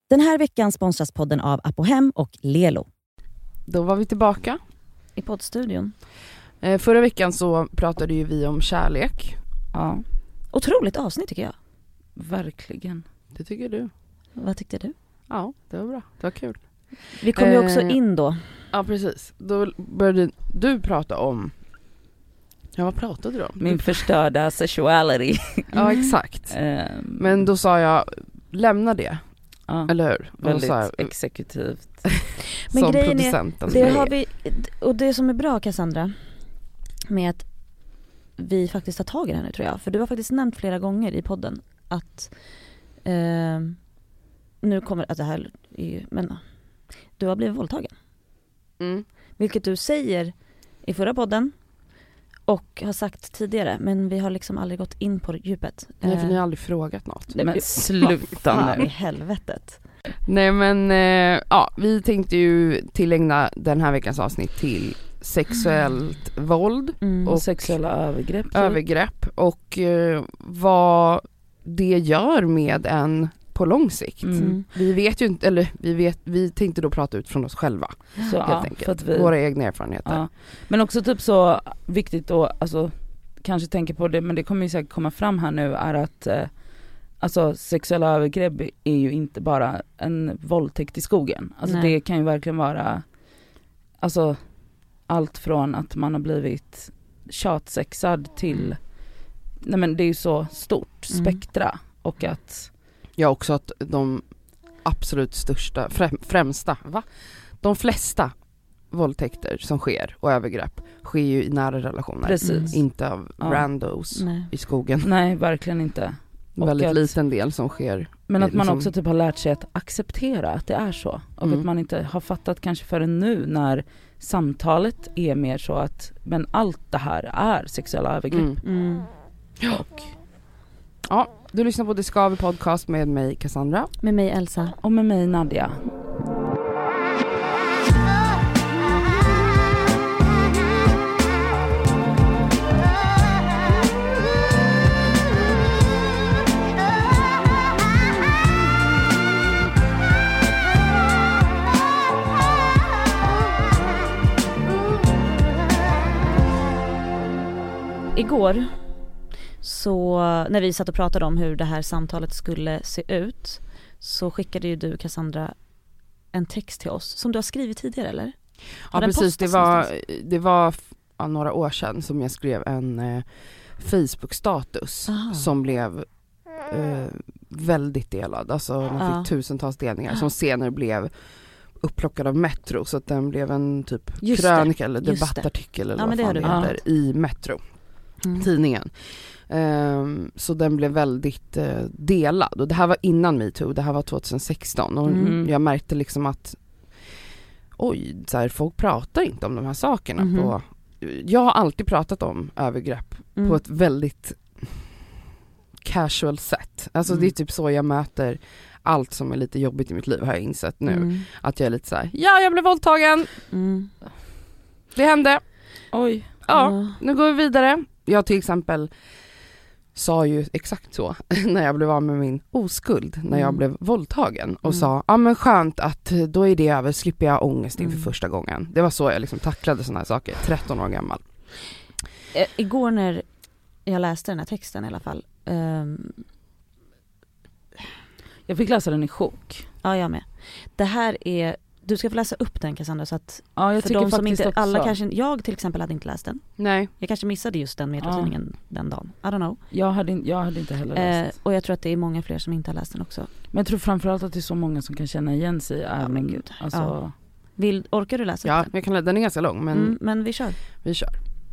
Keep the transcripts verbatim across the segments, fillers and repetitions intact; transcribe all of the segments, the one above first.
Den här veckan sponsras podden av Apohem och Lelo. Då var vi tillbaka i poddstudion. Eh, förra veckan så pratade ju vi om kärlek. Ja. Otroligt avsnitt tycker jag. Verkligen. Det tycker du. Vad tyckte du? Ja, det var bra. Det var kul. Vi kom ju också in då. Ja, precis. Då började du prata om... Ja, vad pratade du om? Min förstörda sexuality. Ja, exakt. Mm. Men då sa jag, lämna det. Ja, eller hur? väldigt jag, exekutivt. Men som grejen producenten. Är, det har vi, och det som är bra, Cassandra, med att vi faktiskt tar tag i det här nu, tror jag. För du har faktiskt nämnt flera gånger i podden att eh, nu kommer att det här är ju, men du har blivit våldtagen. Mm. Vilket du säger i förra podden och har sagt tidigare, men vi har liksom aldrig gått in på djupet. Nej, för ni har aldrig frågat något. Men sluta nu. I helvetet. Nej, men eh, ja, vi tänkte ju tillägna den här veckans avsnitt till sexuellt mm. våld mm. och sexuella övergrepp. övergrepp och eh, vad det gör med en på lång sikt. Mm. Vi vet ju inte, eller vi vet, vi tänkte då prata ut från oss själva. Så, helt ja, enkelt. för att vi, våra egna erfarenheter. Ja. Men också typ så viktigt då, alltså kanske tänka på det, men det kommer ju säkert komma fram här nu, är att eh, alltså sexuella övergrepp är ju inte bara en våldtäkt i skogen. Alltså Nej. det kan ju verkligen vara alltså allt från att man har blivit tjatsexad till, nej men det är ju så stort spektra mm. och att ja, också att de absolut största, främ, främsta, va? De flesta våldtäkter som sker och övergrepp sker ju i nära relationer. Precis. Inte av ja. randos Nej. i skogen. Nej, verkligen inte. Och väldigt att, liten del som sker. Men att man liksom, också typ har lärt sig att acceptera att det är så. Och mm. att man inte har fattat kanske förrän nu när samtalet är mer så att men allt det här är sexuella övergrepp. Mm. Mm. Och, ja, du lyssnar på Det ska vi podcast med mig Cassandra. Med mig Elsa. och med mig Nadia. Igår så när vi satt och pratade om hur det här samtalet skulle se ut, så skickade ju du, Cassandra, en text till oss som du har skrivit tidigare, eller? Ja, precis. Det var, det var ja, några år sedan som jag skrev en eh, Facebook-status Aha. som blev eh, väldigt delad. Alltså den fick Ja. tusentals delningar som senare blev upplockad av Metro, så att den blev en typ Just krönika det. eller Just debattartikel eller Ja, men vad det fan har det du heter i Metro. Mm. Tidningen. Um, så den blev väldigt uh, delad, och det här var innan MeToo, det här var tjugohundrasexton, och Mm. jag märkte liksom att oj, så här, folk pratar inte om de här sakerna Mhm. på, jag har alltid pratat om övergrepp Mm. på ett väldigt casual sätt, alltså Mm. det är typ så jag möter allt som är lite jobbigt i mitt liv, har jag insett nu, Mm. att jag är lite så här: ja, jag blev våldtagen, Mm. det hände. Oj. Ja, Ja. nu går vi vidare. Jag till exempel sa ju exakt så när jag blev av med min oskuld, när jag Mm. blev våldtagen, och Mm. sa, ja men skönt att då är det över, slipper jag ångest inför Mm. första gången. Det var så jag liksom tacklade såna här saker, tretton år gammal. Eh, igår när jag läste den här texten i alla fall, ehm, Jag fick läsa den i chock. ja, jag med. Det här är, du ska få läsa upp den, Cassandra, så att Ja, jag för tycker de som faktiskt inte, också. alla kanske, jag till exempel hade inte läst den. Nej. Jag kanske missade just den Metro-tidningen den dagen. I don't know. Jag hade, in- jag hade inte heller Eh, läst. och jag tror att det är många fler som inte har läst den också. Men jag tror framförallt att det är så många som kan känna igen sig. Även, men gud. Alltså, Ja. Vill, orkar du läsa Ja, upp den? jag kan, den är ganska lång, men Mm, men vi kör. vi kör.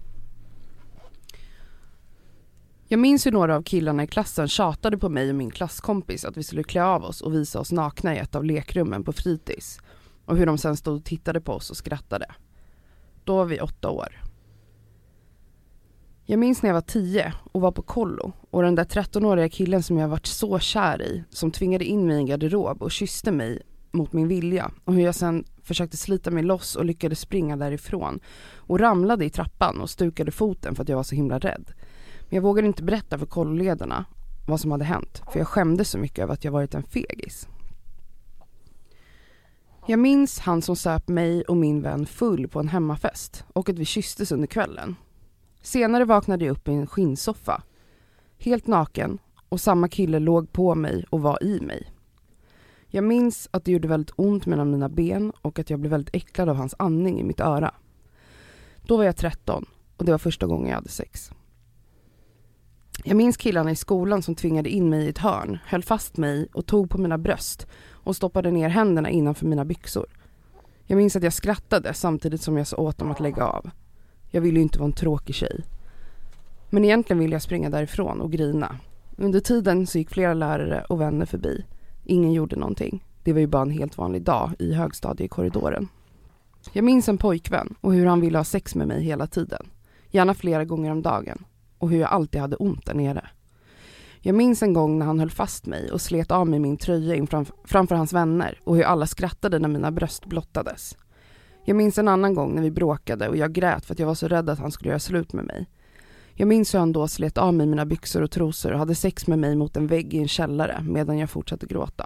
Jag minns hur några av killarna i klassen tjatade på mig och min klasskompis att vi skulle klä av oss och visa oss nakna i ett av lekrummen på fritids. Och hur de sen stod och tittade på oss och skrattade. Då var vi åtta år. Jag minns när jag var tio och var på kollo, och den där trettonåriga killen som jag varit så kär i, som tvingade in mig i en garderob och kysste mig mot min vilja, och hur jag sen försökte slita mig loss och lyckades springa därifrån och ramlade i trappan och stukade foten för att jag var så himla rädd. Men jag vågade inte berätta för kolloledarna vad som hade hänt, för jag skämdes så mycket över att jag varit en fegis. Jag minns han som söp mig och min vän full på en hemmafest och att vi kysstes under kvällen. Senare vaknade jag upp i en skinnsoffa, helt naken, och samma kille låg på mig och var i mig. Jag minns att det gjorde väldigt ont mellan mina ben och att jag blev väldigt äcklad av hans andning i mitt öra. Då var jag tretton och det var första gången jag hade sex. Jag minns killarna i skolan som tvingade in mig i ett hörn, höll fast mig och tog på mina bröst och stoppade ner händerna innanför mina byxor. Jag minns att jag skrattade samtidigt som jag sa åt dem att lägga av. Jag ville ju inte vara en tråkig tjej. Men egentligen ville jag springa därifrån och grina. Under tiden så gick flera lärare och vänner förbi. Ingen gjorde någonting. Det var ju bara en helt vanlig dag i högstadiekorridoren. Jag minns en pojkvän och hur han ville ha sex med mig hela tiden. Gärna flera gånger om dagen. Och hur jag alltid hade ont där nere. Jag minns en gång när han höll fast mig och slet av mig min tröja in framför, framför hans vänner och hur alla skrattade när mina bröst blottades. Jag minns en annan gång när vi bråkade och jag grät för att jag var så rädd att han skulle göra slut med mig. Jag minns hur han då slet av mig mina byxor och trosor och hade sex med mig mot en vägg i en källare medan jag fortsatte gråta.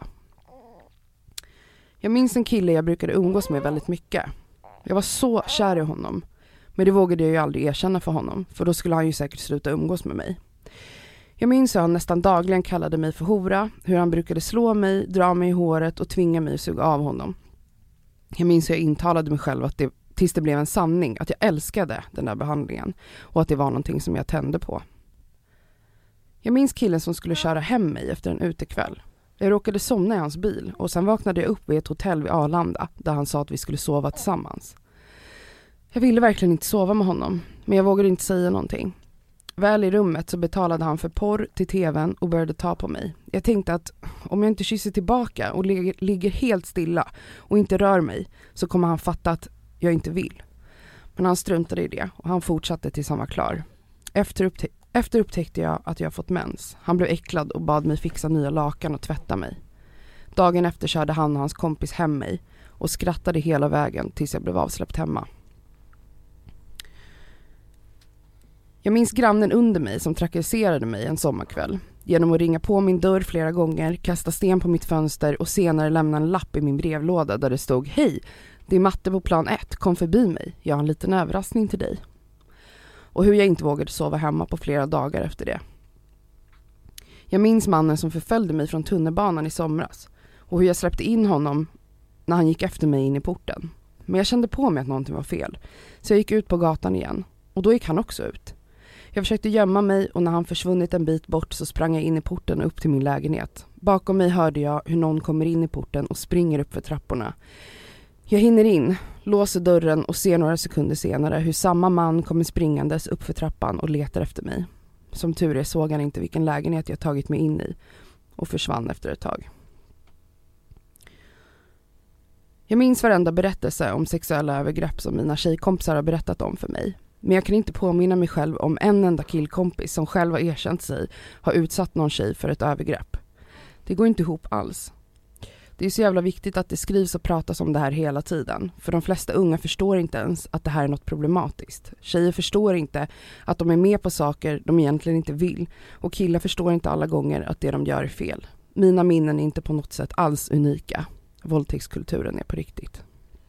Jag minns en kille jag brukade umgås med väldigt mycket. Jag var så kär i honom. Men det vågade jag ju aldrig erkänna för honom, för då skulle han ju säkert sluta umgås med mig. Jag minns hur han nästan dagligen kallade mig för hora, hur han brukade slå mig, dra mig i håret och tvinga mig att suga av honom. Jag minns hur jag intalade mig själv att det, tills det blev en sanning, att jag älskade den där behandlingen och att det var någonting som jag tände på. Jag minns killen som skulle köra hem mig efter en utekväll. Jag råkade somna i hans bil och sen vaknade jag upp vid ett hotell vid Arlanda där han sa att vi skulle sova tillsammans. Jag ville verkligen inte sova med honom, men jag vågade inte säga någonting. Väl i rummet så betalade han för porr till tvn och började ta på mig. Jag tänkte att om jag inte kysser tillbaka och ligger, ligger helt stilla och inte rör mig så kommer han fatta att jag inte vill. Men han struntade i det och han fortsatte tills han var klar. Efter, upptä- efter upptäckte jag att jag fått mens. Han blev äcklad och bad mig fixa nya lakan och tvätta mig. Dagen efter körde han och hans kompis hem mig och skrattade hela vägen tills jag blev avsläppt hemma. Jag minns grannen under mig som trakasserade mig en sommarkväll genom att ringa på min dörr flera gånger, kasta sten på mitt fönster och senare lämna en lapp i min brevlåda där det stod: Hej, det är matte på plan ett, kom förbi mig, jag har en liten överraskning till dig. Och hur jag inte vågade sova hemma på flera dagar efter det. Jag minns mannen som förföljde mig från tunnelbanan i somras och hur jag släppte in honom när han gick efter mig in i porten. Men jag kände på mig att någonting var fel, så jag gick ut på gatan igen och då gick han också ut. Jag försökte gömma mig och när han försvunnit en bit bort så sprang jag in i porten och upp till min lägenhet. Bakom mig hörde jag hur någon kommer in i porten och springer upp för trapporna. Jag hinner in, låser dörren och ser några sekunder senare hur samma man kommer springandes upp för trappan och letar efter mig. Som tur är såg han inte vilken lägenhet jag tagit mig in i och försvann efter ett tag. Jag minns varenda berättelse om sexuella övergrepp som mina tjejkompisar har berättat om för mig. Men jag kan inte påminna mig själv om en enda killkompis som själv har erkänt sig har utsatt någon tjej för ett övergrepp. Det går inte ihop alls. Det är så jävla viktigt att det skrivs och pratas om det här hela tiden. För de flesta unga förstår inte ens att det här är något problematiskt. Tjejer förstår inte att de är med på saker de egentligen inte vill. Och killar förstår inte alla gånger att det de gör är fel. Mina minnen är inte på något sätt alls unika. Våldtäktskulturen är på riktigt.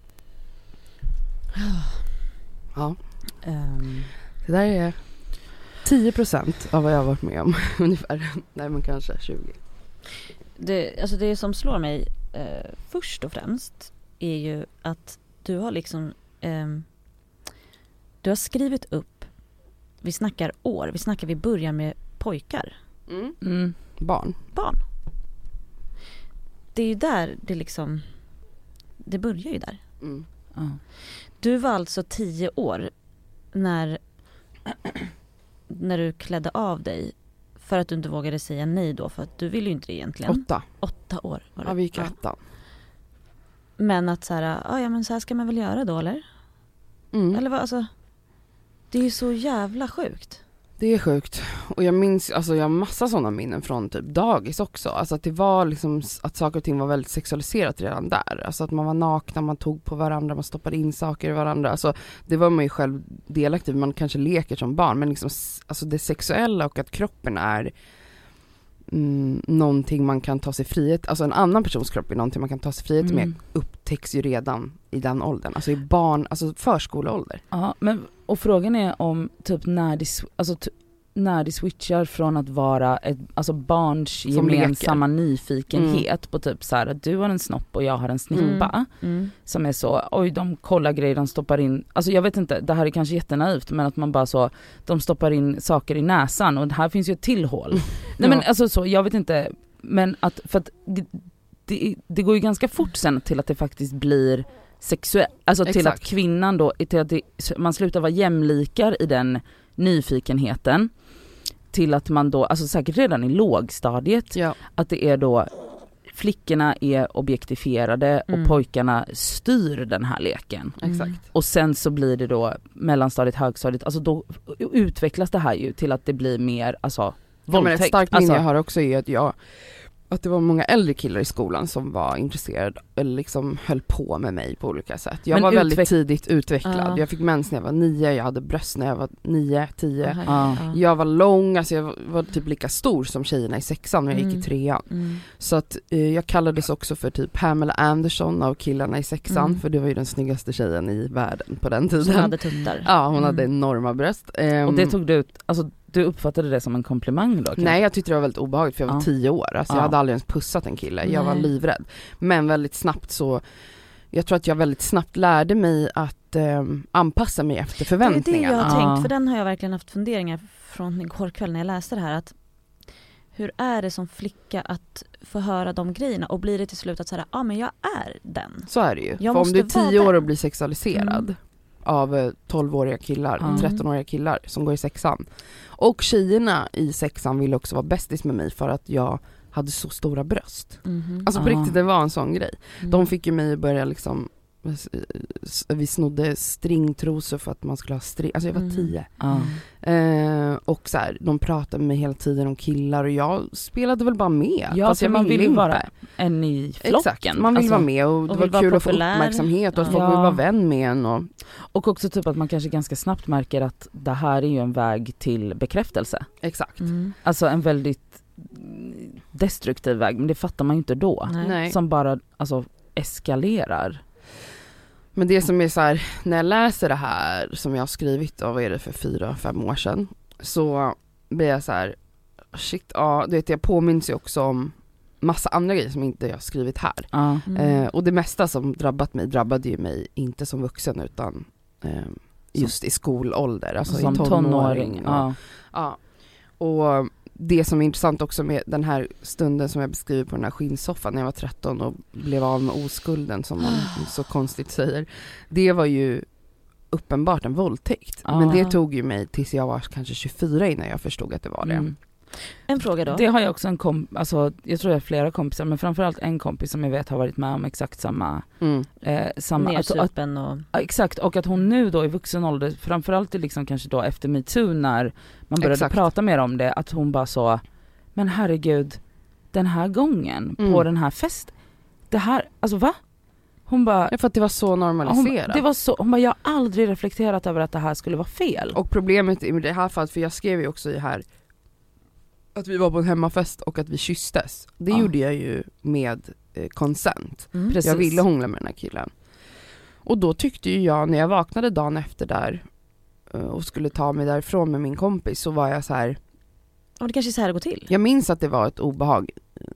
Ja. Um. Det där är tio procent av vad jag har varit med om ungefär. Nej, men kanske tjugo. Det, alltså det som slår mig eh, först och främst är ju att du har liksom eh, du har skrivit upp, vi snackar år, vi snackar vi börjar med pojkar. Mm. Mm. Barn. Barn. Det är ju där det liksom, det börjar ju där. Mm. Uh. Du var alltså tio år när när du klädde av dig för att du inte vågade säga nej då, för att du ville ju inte det egentligen. Åtta. Åtta år var det. Ja, vi gick ettan. Men att så här, ah, ja men så här ska man väl göra då, eller? Mm. Eller vad, alltså, det är ju så jävla sjukt. Det är sjukt. Och jag minns, alltså jag har massa sådana minnen från typ dagis också. Alltså att det var liksom, att saker och ting var väldigt sexualiserat redan där. Alltså att man var nakna, man tog på varandra, man stoppade in saker i varandra. Alltså det var man ju själv delaktiv, man kanske leker som barn. Men liksom, alltså det sexuella och att kroppen är, mm, någonting man kan ta sig frihet, alltså en annan persons kropp är någonting man kan ta sig frihet Mm. med, upptäcks ju redan i den åldern, alltså i barn, alltså förskoleålder. Ja, men och frågan är om typ när det, alltså t- när det switchar från att vara ett, alltså barns Som gemensamma leker. nyfikenhet Mm. på typ så här att du har en snopp och jag har en snippa Mm. som är så, oj de kollar grejer, de stoppar in, alltså jag vet inte, det här är kanske jättenaivt men att man bara så, de stoppar in saker i näsan och här finns ju ett till hål. Nej Ja. men alltså så, jag vet inte, men att, för att det, det går ju ganska fort sen till att det faktiskt blir sexuellt, alltså till Exakt. att kvinnan då, till att det, man slutar vara jämlikar i den nyfikenheten till att man då, alltså säkert redan i lågstadiet, Ja. att det är då flickorna är objektifierade Mm. och pojkarna styr den här leken. Exakt. Och sen så blir det då mellanstadiet, högstadiet, alltså då utvecklas det här ju till att det blir mer, alltså Ja, våldtäkt. men ett starkt minne alltså, jag har också är att jag att det var många äldre killar i skolan som var intresserade eller liksom höll på med mig på olika sätt. Jag Men var väldigt utveck- tidigt utvecklad. Ja. Jag fick mens när jag var nio, jag hade bröst när jag var nio, tio. Aha, Ja. ja. Jag var lång, alltså jag var, var typ lika stor som tjejerna i sexan när jag gick Mm. i trean. Mm. Så att eh, jag kallades också för typ Pamela Anderson av killarna i sexan, Mm. för det var ju den snyggaste tjejen i världen på den Som tiden. hade tuttar. Ja, hon Mm. hade enorma bröst. Ehm, och det tog du ut, alltså du uppfattade det som en komplimang då? kanske? Nej, jag tyckte det var väldigt obehagligt för jag var Ja. tio år. Alltså Ja. jag hade aldrig ens pussat en kille. Jag var Nej. livrädd. Men väldigt snabbt så, jag tror att jag väldigt snabbt lärde mig att ehm, anpassa mig efter Det är det förväntningarna. jag har Ja. tänkt, för den har jag verkligen haft funderingar från igår kväll när jag läste det här. Att hur är det som flicka att få höra de grejerna och blir det till slut att säga, ja ah, men jag är den. Så är det ju. Jag För om du är måste vara tio år den. och blir sexualiserad Mm. av eh, tolvåriga killar, Mm. trettonåriga killar som går i sexan. Och tjejerna i sexan ville också vara bästis med mig för att jag hade så stora bröst. Mhm. Alltså på Ah. riktigt, det var en sån grej. Mm. De fick ju mig att börja liksom, vi snodde stringtrosor för att man skulle ha string, alltså jag var Mm. tio. Ja. Eh, och så här, de pratade med mig hela tiden om killar och jag spelade väl bara med. Ja, fast för jag man vill ju inte. vara en i flocken. Exakt, man vill Alltså, vara med och det och var vill vara kul att få populär. uppmärksamhet och att Ja. folk vill Ja. vara vän med en. Och, och också typ att man kanske ganska snabbt märker att det här är ju en väg till bekräftelse. exakt. Mm. Alltså en väldigt destruktiv väg, men det fattar man ju inte då. Nej. Nej. Som bara alltså eskalerar. Men det som är så här, när jag läser det här som jag har skrivit, vad är det för fyra, fem år sedan, så blir jag så här, shit, ja, du vet, jag påminns ju också om massa andra grejer som inte jag har skrivit här. Ja. Mm. Eh, och det mesta som drabbat mig drabbade ju mig inte som vuxen utan eh, just i skolålder, alltså som i tonåring. tonåring. Och, Ja. ja. Och det som är intressant också med den här stunden som jag beskriver på den här skinnsoffan när jag var tretton och blev av med oskulden, som man så konstigt säger, det var ju uppenbart en våldtäkt. Ja. Men det tog ju mig tills jag var kanske tjugofyra innan jag förstod att det var det. Mm. En fråga då. Det har jag också en komp, alltså jag tror jag har flera kompisar, men framförallt en kompis som jag vet har varit med om exakt samma, Mm. eh, samma att, att, Nersupen och... ja, exakt, och att hon nu då i vuxen ålder, framförallt i liksom kanske då efter MeToo när man började Exakt. prata mer om det, att hon bara så, men herregud, den här gången Mm. på den här festen, det här, alltså va? Hon bara, Ja, för att det var så hon, normaliserat. det var så, hon bara, jag har aldrig reflekterat över att det här skulle vara fel. Och problemet i det här fallet, för jag skrev ju också i här att vi var på en hemmafest och att vi kysstes. Det Ja. gjorde jag ju med eh, consent. Mm. Precis. Jag ville hångla med den här killen. Och då tyckte ju jag, när jag vaknade dagen efter där eh, och skulle ta mig därifrån med min kompis, så var jag så här. Och det kanske är så här det går till. Jag minns att det var ett obehag.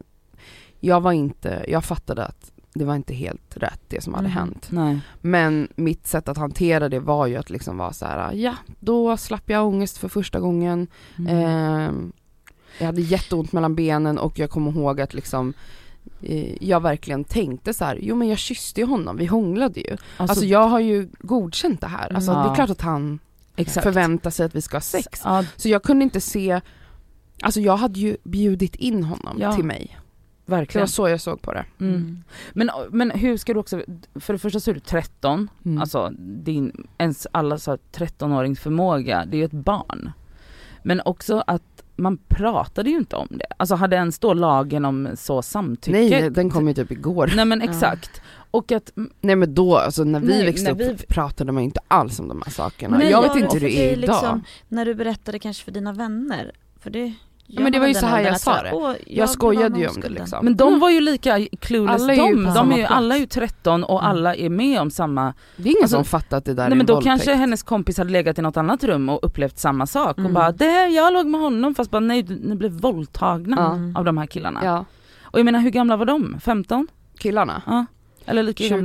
Jag var inte, jag fattade att det var inte helt rätt det som hade Mm. hänt. Nej. Men mitt sätt att hantera det var ju att liksom vara så här: ja, då slapp jag ångest för första gången. Mm. Eh, jag hade jätteont mellan benen och jag kommer ihåg att liksom eh, jag verkligen tänkte så här: jo men jag kysste ju honom, vi hånglade ju. Alltså, Alltså, jag har ju godkänt det här. Alltså Mm. det är klart att han exakt. förväntar sig att vi ska ha sex. Ja, Så jag kunde inte se, alltså jag hade ju bjudit in honom Ja. till mig. Det var verkligen. så jag såg på det. Mm. Men, men hur ska du också, för det första så är du tretton, Mm. alltså din, ens alla så här tretton-årings förmåga, det är ju ett barn. Men också att man pratade ju inte om det. Alltså hade ens då lagen om så samtycke. Nej, den kom ju typ igår. Nej men exakt. Och att, Nej men då, alltså när vi Nej, växte när upp vi- pratade man ju inte alls om de här sakerna. Nej, jag ja, vet inte och hur för det är dig idag. liksom, när du berättade kanske för dina vänner, för det Ja, men det var ju så här jag sa det. Åh, jag, jag skojade ju om skulden. det liksom. Men de var ju lika clueless. Alla är ju de, på de är ju, samma alla är ju tretton och Mm. alla är med om samma. Det är ingen Alltså, som fattar att det där Nej, är men en då våldtäkt. kanske hennes kompis hade legat i något annat rum och upplevt samma sak Mm. och bara, det, jag låg med honom, fast bara nej, ni blev våldtagna Ja. av de här killarna. Ja, Och jag menar, hur gamla var de? femton? killarna. Ja. Eller lika tjugo. gamla?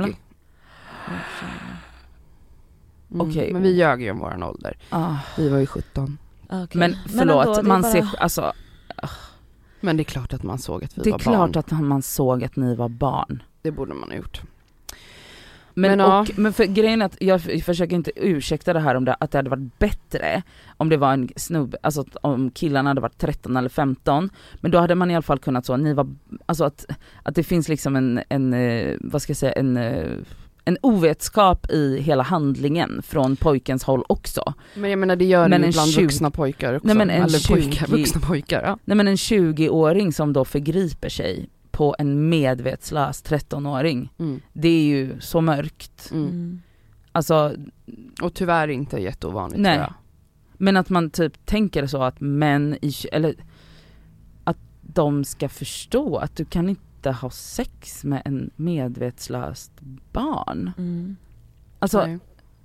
Mm. Okej. Men vi ljög ju om våran ålder. Ah. Vi var ju sjutton. Okej. Men förlåt, ändå, det är man bara- ser, alltså, Men det är klart att man såg att vi det är var klart barn. att man såg att ni var barn. Det borde man ha gjort. Men, Men ja. och, men för grejen är att jag f- försöker inte ursäkta det här om det, att det hade varit bättre om det var en snubbe, alltså att om killarna hade varit tretton eller femton, men då hade man i alla fall kunnat så, ni var, alltså att, att det finns liksom en, en eh, vad ska jag säga, en, eh, en ovetskap i hela handlingen från pojkens håll också. Men jag menar, det gör Men det en ju bland tjugo vuxna pojkar också. Nej, men en Eller pojkar, tjugo vuxna pojkar. Ja. Nej, men en tjugoåring som då förgriper sig på en medvetslös trettonåring, Mm. det är ju så mörkt. Mm. Mm. Alltså, Och tyvärr inte jätteovanligt, nej. tror jag. Men att man typ tänker så att män i, eller att de ska förstå att du kan inte ha sex med en medvetslöst barn. Mm. Alltså, Nej.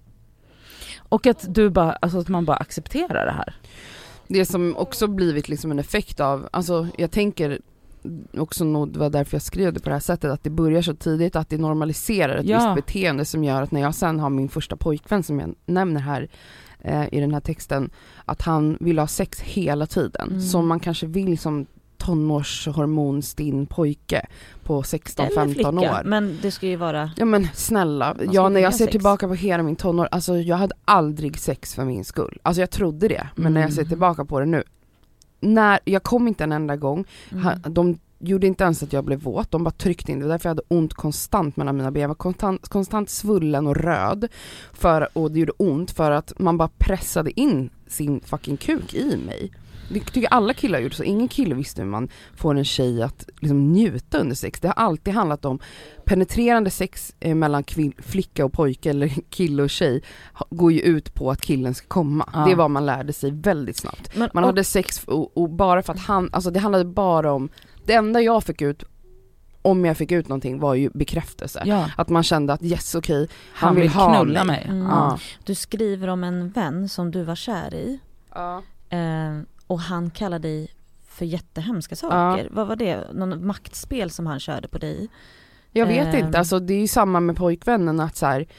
och att du bara, alltså att man bara accepterar det här. Det som också blivit liksom en effekt av, alltså jag tänker också nog, det var därför jag skrev det på det här sättet, att det börjar så tidigt att det normaliserar ett Ja. visst beteende som gör att när jag sen har min första pojkvän som jag nämner här eh, i den här texten, att han vill ha sex hela tiden, Mm. som man kanske vill som tonårshormonstinn pojke på sexton femton flicka, år. men det ska ju vara... Ja men snälla, ska ja, när vilja jag ser sex. tillbaka på hela min tonår, alltså jag hade aldrig sex för min skull. Alltså jag trodde det, men när jag ser Mm. tillbaka på det nu, när jag kom inte en enda gång, Mm. ha, de gjorde inte ens att jag blev våt, de bara tryckte in, det var därför jag hade ont konstant mellan mina ben, jag var konstant, konstant svullen och röd, för, och det gjorde ont för att man bara pressade in sin fucking kuk i mig. Det tycker alla killar gjorde så, ingen kille visste hur man får en tjej att liksom njuta under sex. Det har alltid handlat om penetrerande sex eh, mellan kvill- flicka och pojke eller kille och tjej, ha, går ju ut på att killen ska komma. Ja. Det var man lärde sig väldigt snabbt. Men, Man och, hade sex och, och bara för att han, alltså det handlade bara om, det enda jag fick ut, om jag fick ut någonting, var ju bekräftelse. Ja, Att man kände att yes, okej, han, han vill vill ha knulla mig. mig. Mm. Ja. Du skriver om en vän som du var kär i, Ja. eh, och han kallar dig för jättehemska saker. Vad var det? Någon maktspel som han körde på dig? Jag vet Ehm. inte, alltså det är ju samma med pojkvännen, att så här,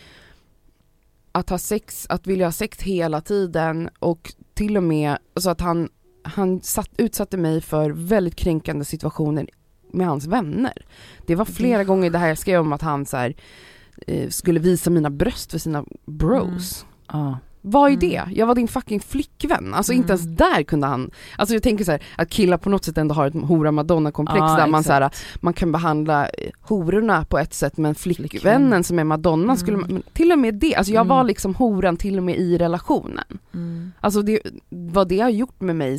att ha sex, att vilja ha sex hela tiden, och till och med alltså att han, han satt, utsatte mig för väldigt kränkande situationer med hans vänner. Det var flera Mm. gånger det här jag skrev om, att han så här, eh, skulle visa mina bröst för sina bros. Ja. Vad är Mm. det? Jag var din fucking flickvän. Alltså Mm. inte ens där kunde han. Alltså jag tänker så här, att killar på något sätt ändå har ett hora Madonna-komplex, Ja, där man exakt. så här, man kan behandla eh, hororna på ett sätt, men flickvännen som är Madonna Mm. skulle man, men till och med det, alltså jag Mm. var liksom horan till och med i relationen. Mm. Alltså det, vad det har gjort med mig,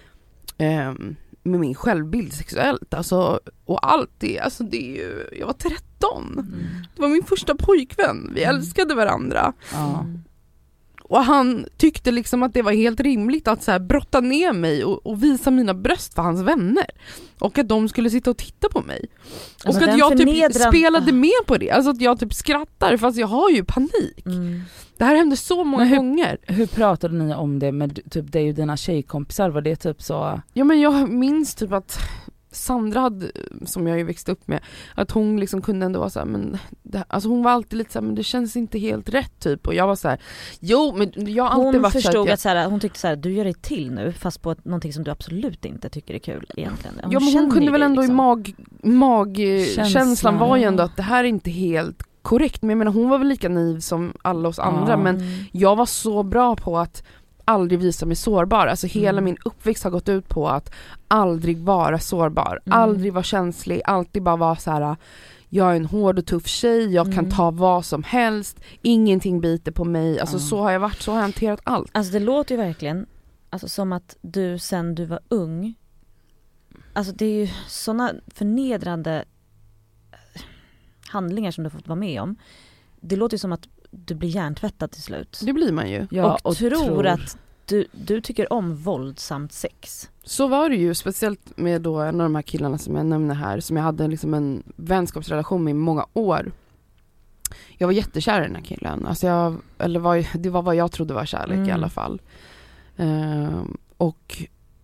ehm, med min självbild sexuellt, alltså, och allt det, alltså det är ju, jag var tretton. Mm. Det var min första pojkvän, vi Mm. älskade varandra. Ja. Mm. Och han tyckte liksom att det var helt rimligt att så här brotta ner mig och, och visa mina bröst för hans vänner. Och att de skulle sitta och titta på mig. Alltså och att den jag typ förnedran- spelade med på det. Alltså att jag typ skrattar fast jag har ju panik. Mm. Det här hände så många Men hur- gånger. Hur pratade ni om det med typ dig och dina tjejkompisar? Var det typ så? Ja men jag minns typ att Sandra hade, som jag ju växte upp med, att hon liksom kunde ändå vara så här, men det, alltså hon var alltid lite så här, men det känns inte helt rätt typ, och jag var så här, jo men jag har alltid Hon varit så här förstod att jag, att så här, hon tyckte så här, du gör dig till nu, fast på ett, någonting som du absolut inte tycker är kul egentligen. ja men känner hon kunde ju väl dig, ändå liksom. i mag, magkänslan Känslan. var ju ändå att det här är inte helt korrekt, men jag menar, hon var väl lika naiv som alla oss andra, Ja. men Mm. jag var så bra på att aldrig visa mig sårbar. Alltså hela Mm. min uppväxt har gått ut på att aldrig vara sårbar, Mm. aldrig vara känslig, alltid bara vara så här: jag är en hård och tuff tjej, jag kan Mm. ta vad som helst, ingenting biter på mig. Alltså Ja. så har jag varit, så har jag hanterat allt. Alltså det låter ju verkligen alltså, som att du sen du var ung, alltså det är ju såna förnedrande handlingar som du har fått vara med om. Det låter ju som att du blir hjärntvättad till slut. Det blir man ju. Ja, och, tror, Att, du, du tycker om våldsamt sex. Så var det ju, speciellt med då en av de här killarna som jag nämner här, som jag hade liksom en vänskapsrelation med i många år. Jag var jättekär i den här killen. Alltså jag, eller var, det var vad jag trodde var kärlek mm. i alla fall. Uh, och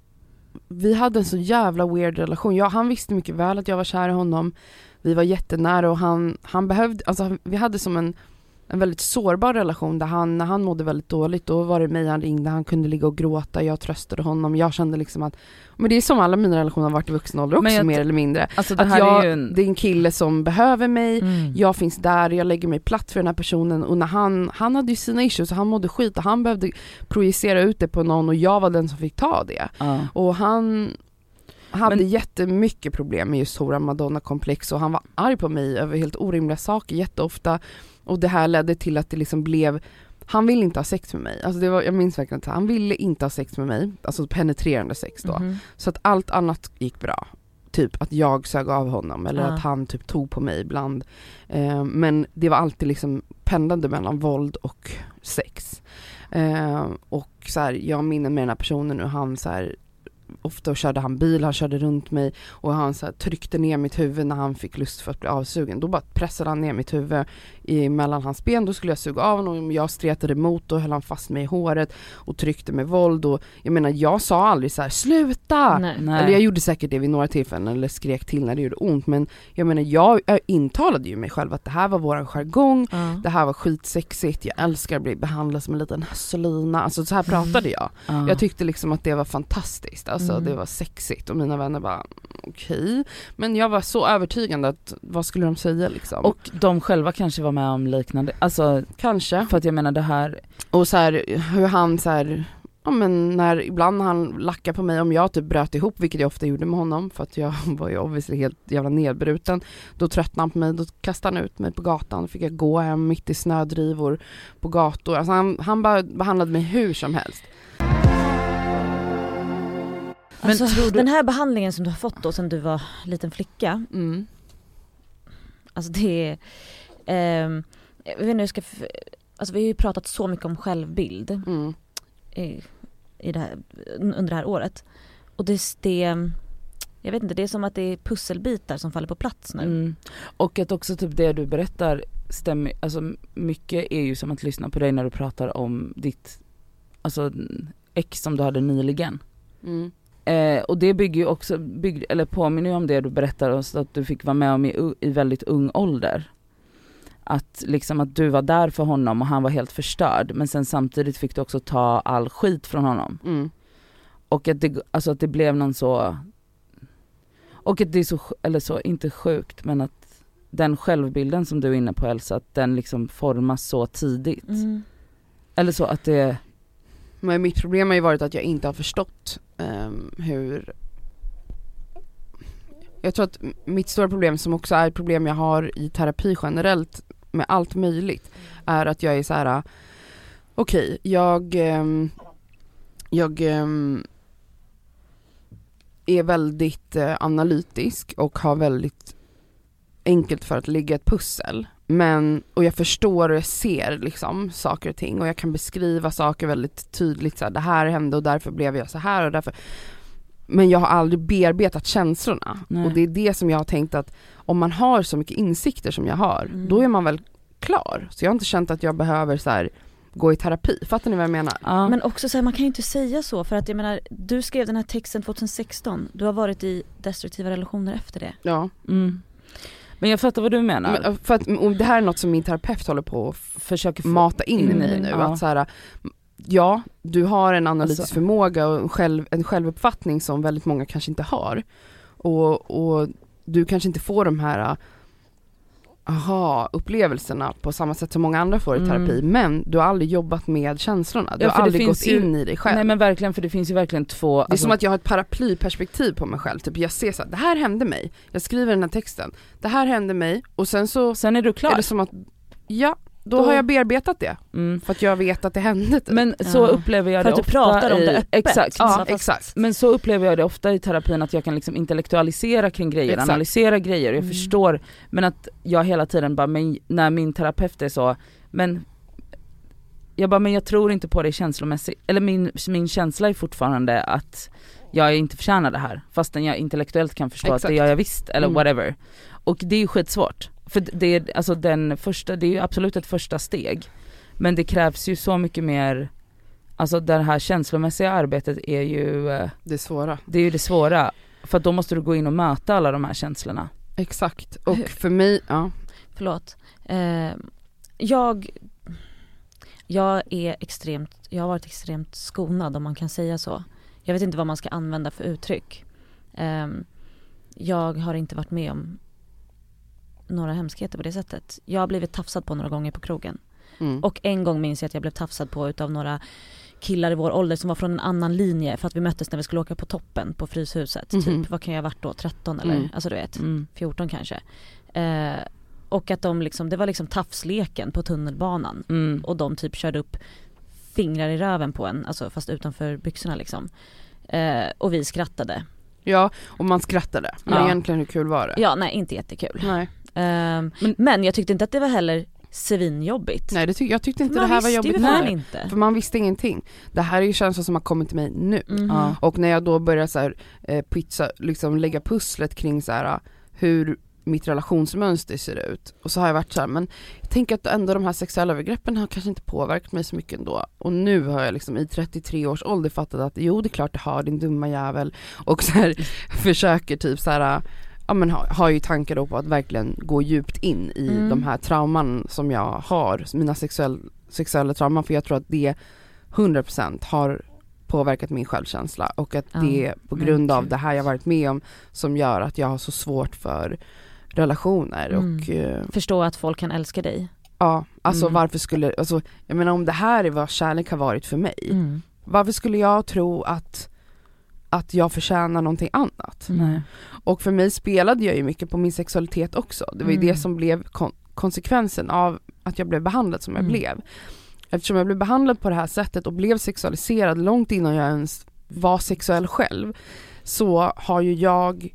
vi hade en så jävla weird relation. Jag, han visste mycket väl att jag var kär i honom. Vi var jättenära och han, han behövde, alltså vi hade som en en väldigt sårbar relation där han, när han mådde väldigt dåligt, då var det mig han ringde, han kunde ligga och gråta, jag tröstade honom, jag kände liksom att, men det är som alla mina relationer har varit i vuxen ålder också, jag, mer eller mindre, alltså det, att här jag, är ju en... det är en kille som behöver mig, mm. jag finns där, jag lägger mig platt för den här personen, och när han, han hade ju sina issues, så han mådde skit och han behövde projicera ut det på någon och jag var den som fick ta det, uh. och han hade men... jättemycket problem med just Hora Madonna-komplex, och han var arg på mig över helt orimliga saker jätteofta. Och det här ledde till att det liksom blev, han ville inte ha sex med mig. Alltså det var, jag minns verkligen att han ville inte ha sex med mig. Alltså penetrerande sex då. Mm-hmm. Så att allt annat gick bra. Typ att jag sög av honom. Eller ah. att han typ tog på mig ibland. Eh, men det var alltid liksom pendlande mellan våld och sex. Eh, och så här, jag minns med den här personen nu. Han så här, ofta körde han bil, han körde runt mig och han så här, tryckte ner mitt huvud när han fick lust för att bli avsugen. Då bara pressade han ner mitt huvud i mellan hans ben. Då skulle jag suga av honom och jag stretade emot och höll han fast mig i håret och tryckte med våld. Och jag menar, jag sa aldrig så här, sluta! Nej. Eller jag gjorde säkert det vid några tillfällen eller skrek till när det gjorde ont. Men jag menar, jag, jag intalade ju mig själv att det här var våran jargong. Uh. Det här var skitsexigt. Jag älskar att bli behandlad som en liten hasselina. Alltså så här pratade jag. Uh. Jag tyckte liksom att det var fantastiskt. Alltså Mm. det var sexigt. Och mina vänner bara, okej. Okay. Men jag var så övertygande att vad skulle de säga liksom? Och de själva kanske var med om liknande. Alltså kanske. För att jag menar det här. Och så här, hur han så här, ja men när ibland han lackar på mig om jag typ bröt ihop, vilket jag ofta gjorde med honom för att jag var ju obviously helt jävla nedbruten. Då tröttnade han på mig, då kastade han ut mig på gatan, fick jag gå hem mitt i snödrivor på gator. Alltså han, han bara behandlade mig hur som helst. Men alltså, tror du... den här behandlingen som du har fått då sen du var liten flicka, mm. alltså det är, eh, jag vet inte, jag ska, alltså vi har ju pratat så mycket om självbild mm. i, i det här, under det här året. Och det, det, jag vet inte, det är som att det är pusselbitar som faller på plats nu. Mm. Och att också typ det du berättar stämmer, alltså mycket är ju som att lyssna på dig när du pratar om ditt, alltså ex som du hade nyligen. Mm. Eh, och det bygger ju också, bygg, eller påminner ju om det du berättar oss, att du fick vara med om i, i väldigt ung ålder. Att liksom att du var där för honom och han var helt förstörd, men sen samtidigt fick du också ta all skit från honom. Mm. Och att det, alltså att det blev någon så, och att det är så, eller så, inte sjukt, men att den självbilden som du är inne på, Elsa, att den liksom formas så tidigt. Mm. Eller så att det... Men mitt problem har ju varit att jag inte har förstått um, hur... Jag tror att mitt stora problem, som också är ett problem jag har i terapi generellt med allt möjligt, är att jag är så här: okej, okay, jag um, jag um, är väldigt uh, analytisk och har väldigt enkelt för att lägga ett pussel. Men, och jag förstår och jag ser liksom saker och ting och jag kan beskriva saker väldigt tydligt, så här, det här hände och därför blev jag så här och därför. Men jag har aldrig bearbetat känslorna. Nej. Och det är det som jag har tänkt, att om man har så mycket insikter som jag har, mm. då är man väl klar. Så jag har inte känt att jag behöver så här gå i terapi. Fattar ni vad jag menar? Ja. Men också så här, man kan ju inte säga så, för att jag menar, du skrev den här texten tjugohundrasexton. Du har varit i destruktiva relationer efter det. Ja. Mm. Men jag fattar vad du menar. Men, för att, och det här är något som min terapeut håller på att försöker få mata in, in i mig nu. Ja. Att så här, ja, du har en analytisk alltså. förmåga och en, själv, en självuppfattning som väldigt många kanske inte har. Och, och du kanske inte får de här aha-upplevelserna på samma sätt som många andra får i terapi. Mm. Men du har aldrig jobbat med känslorna. Du ja, har aldrig gått ju, in i dig själv. Nej men verkligen, för det finns ju verkligen två... Det är alltså, som att jag har ett paraplyperspektiv på mig själv. Typ jag ser så här, det här hände mig. Jag skriver den här texten. Det här hände mig. Och sen så... Sen är du klar. Är det som att, ja, då, då har jag bearbetat det. Mm. För att jag vet att det hände. Typ. Men så ja. upplever jag för det ofta. För att du pratar om i, det öppet. Exakt. Ja, exakt. Men så upplever jag det ofta i terapin, att jag kan liksom intellektualisera kring grejer, exakt. Analysera grejer, jag mm. förstår. Men att jag hela tiden bara, men när min terapeut är så, men jag bara, men jag tror inte på det känslomässigt. Eller min, min känsla är fortfarande att jag inte förtjänar det här. Fastän jag intellektuellt kan förstå Exakt. Att det gör jag visst. Eller mm. whatever. Och det är ju skitsvårt. För det är, alltså den första, det är ju absolut ett första steg. Men det krävs ju så mycket mer. Alltså det här känslomässiga arbetet är ju det svåra. Det är ju det svåra. För då måste du gå in och möta alla de här känslorna. Exakt. Och för mig, ja. Förlåt. Eh, jag jag är extremt, jag har varit extremt skonad om man kan säga så. Jag vet inte vad man ska använda för uttryck. Eh, jag har inte varit med om några hemskheter på det sättet. Jag har blivit tafsad på några gånger på krogen. Mm. Och en gång minns jag att jag blev tafsad på utav några killar i vår ålder som var från en annan linje för att vi möttes när vi skulle åka på toppen på Fryshuset. Mm. Typ, vad kan jag ha varit då? tretton eller? Mm. Alltså du vet, mm. fjorton kanske. Eh, och att de liksom, det var liksom tafsleken på tunnelbanan. Mm. Och de typ körde upp fingrar i röven på en, alltså fast utanför byxorna liksom. Eh, och vi skrattade. Ja, och man skrattade. Men ja. Egentligen hur kul var det? Ja, nej, inte jättekul. Nej. Eh, men, men jag tyckte inte att det var heller svinjobbigt. Nej, det tyck- jag tyckte inte man det här var jobbigt. Nej, inte. För man visste ingenting. Det här är ju känslor som har kommit till mig nu. Mm. Ja. Och när jag då börjar så här, eh, pizza, liksom lägga pusslet kring så här, hur mitt relationsmönster ser ut. Och så har jag varit så här, men jag tänker att ändå de här sexuella övergreppen har kanske inte påverkat mig så mycket ändå. Och nu har jag liksom i trettiotre års ålder fattat att jo, det är klart det har, din dumma jävel. Och så här försöker typ så här, ja men har, har ju tankar då på att verkligen gå djupt in i mm. de här trauman som jag har, mina sexuell, sexuella trauman, för jag tror att det hundra procent har påverkat min självkänsla och att ja. Det är på grund av det här jag varit med om som gör att jag har så svårt för relationer mm. och uh, förstå att folk kan älska dig. Ja, alltså mm. varför skulle, alltså jag menar om det här är vad kärlek har varit för mig, mm. varför skulle jag tro att att jag förtjänar någonting annat? Nej. Och för mig spelade jag ju mycket på min sexualitet också. Det var ju mm. det som blev kon- konsekvensen av att jag blev behandlad som jag mm. blev. Eftersom jag blev behandlad på det här sättet och blev sexualiserad långt innan jag ens var sexuell själv, så har ju jag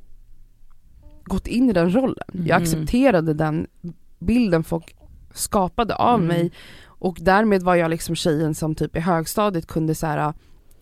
gått in i den rollen. Mm. Jag accepterade den bilden folk skapade av mm. mig, och därmed var jag liksom tjejen som typ i högstadiet kunde så här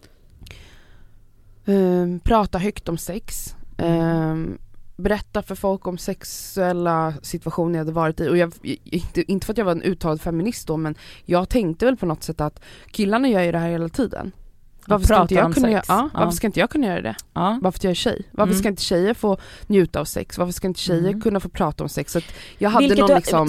Um, prata högt om sex, um, berätta för folk om sexuella situationer jag hade varit i, och jag, inte, inte för att jag var en uttalad feminist då, men jag tänkte väl på något sätt att killarna gör ju det här hela tiden. Varför ska, inte jag kunna göra, ja, varför ja. ska inte jag kunna göra det? Ja. Varför att jag är tjej? Varför mm. ska inte tjejer få njuta av sex? Varför ska inte tjejer mm. kunna få prata om sex? Så att jag hade Vilket någon du, liksom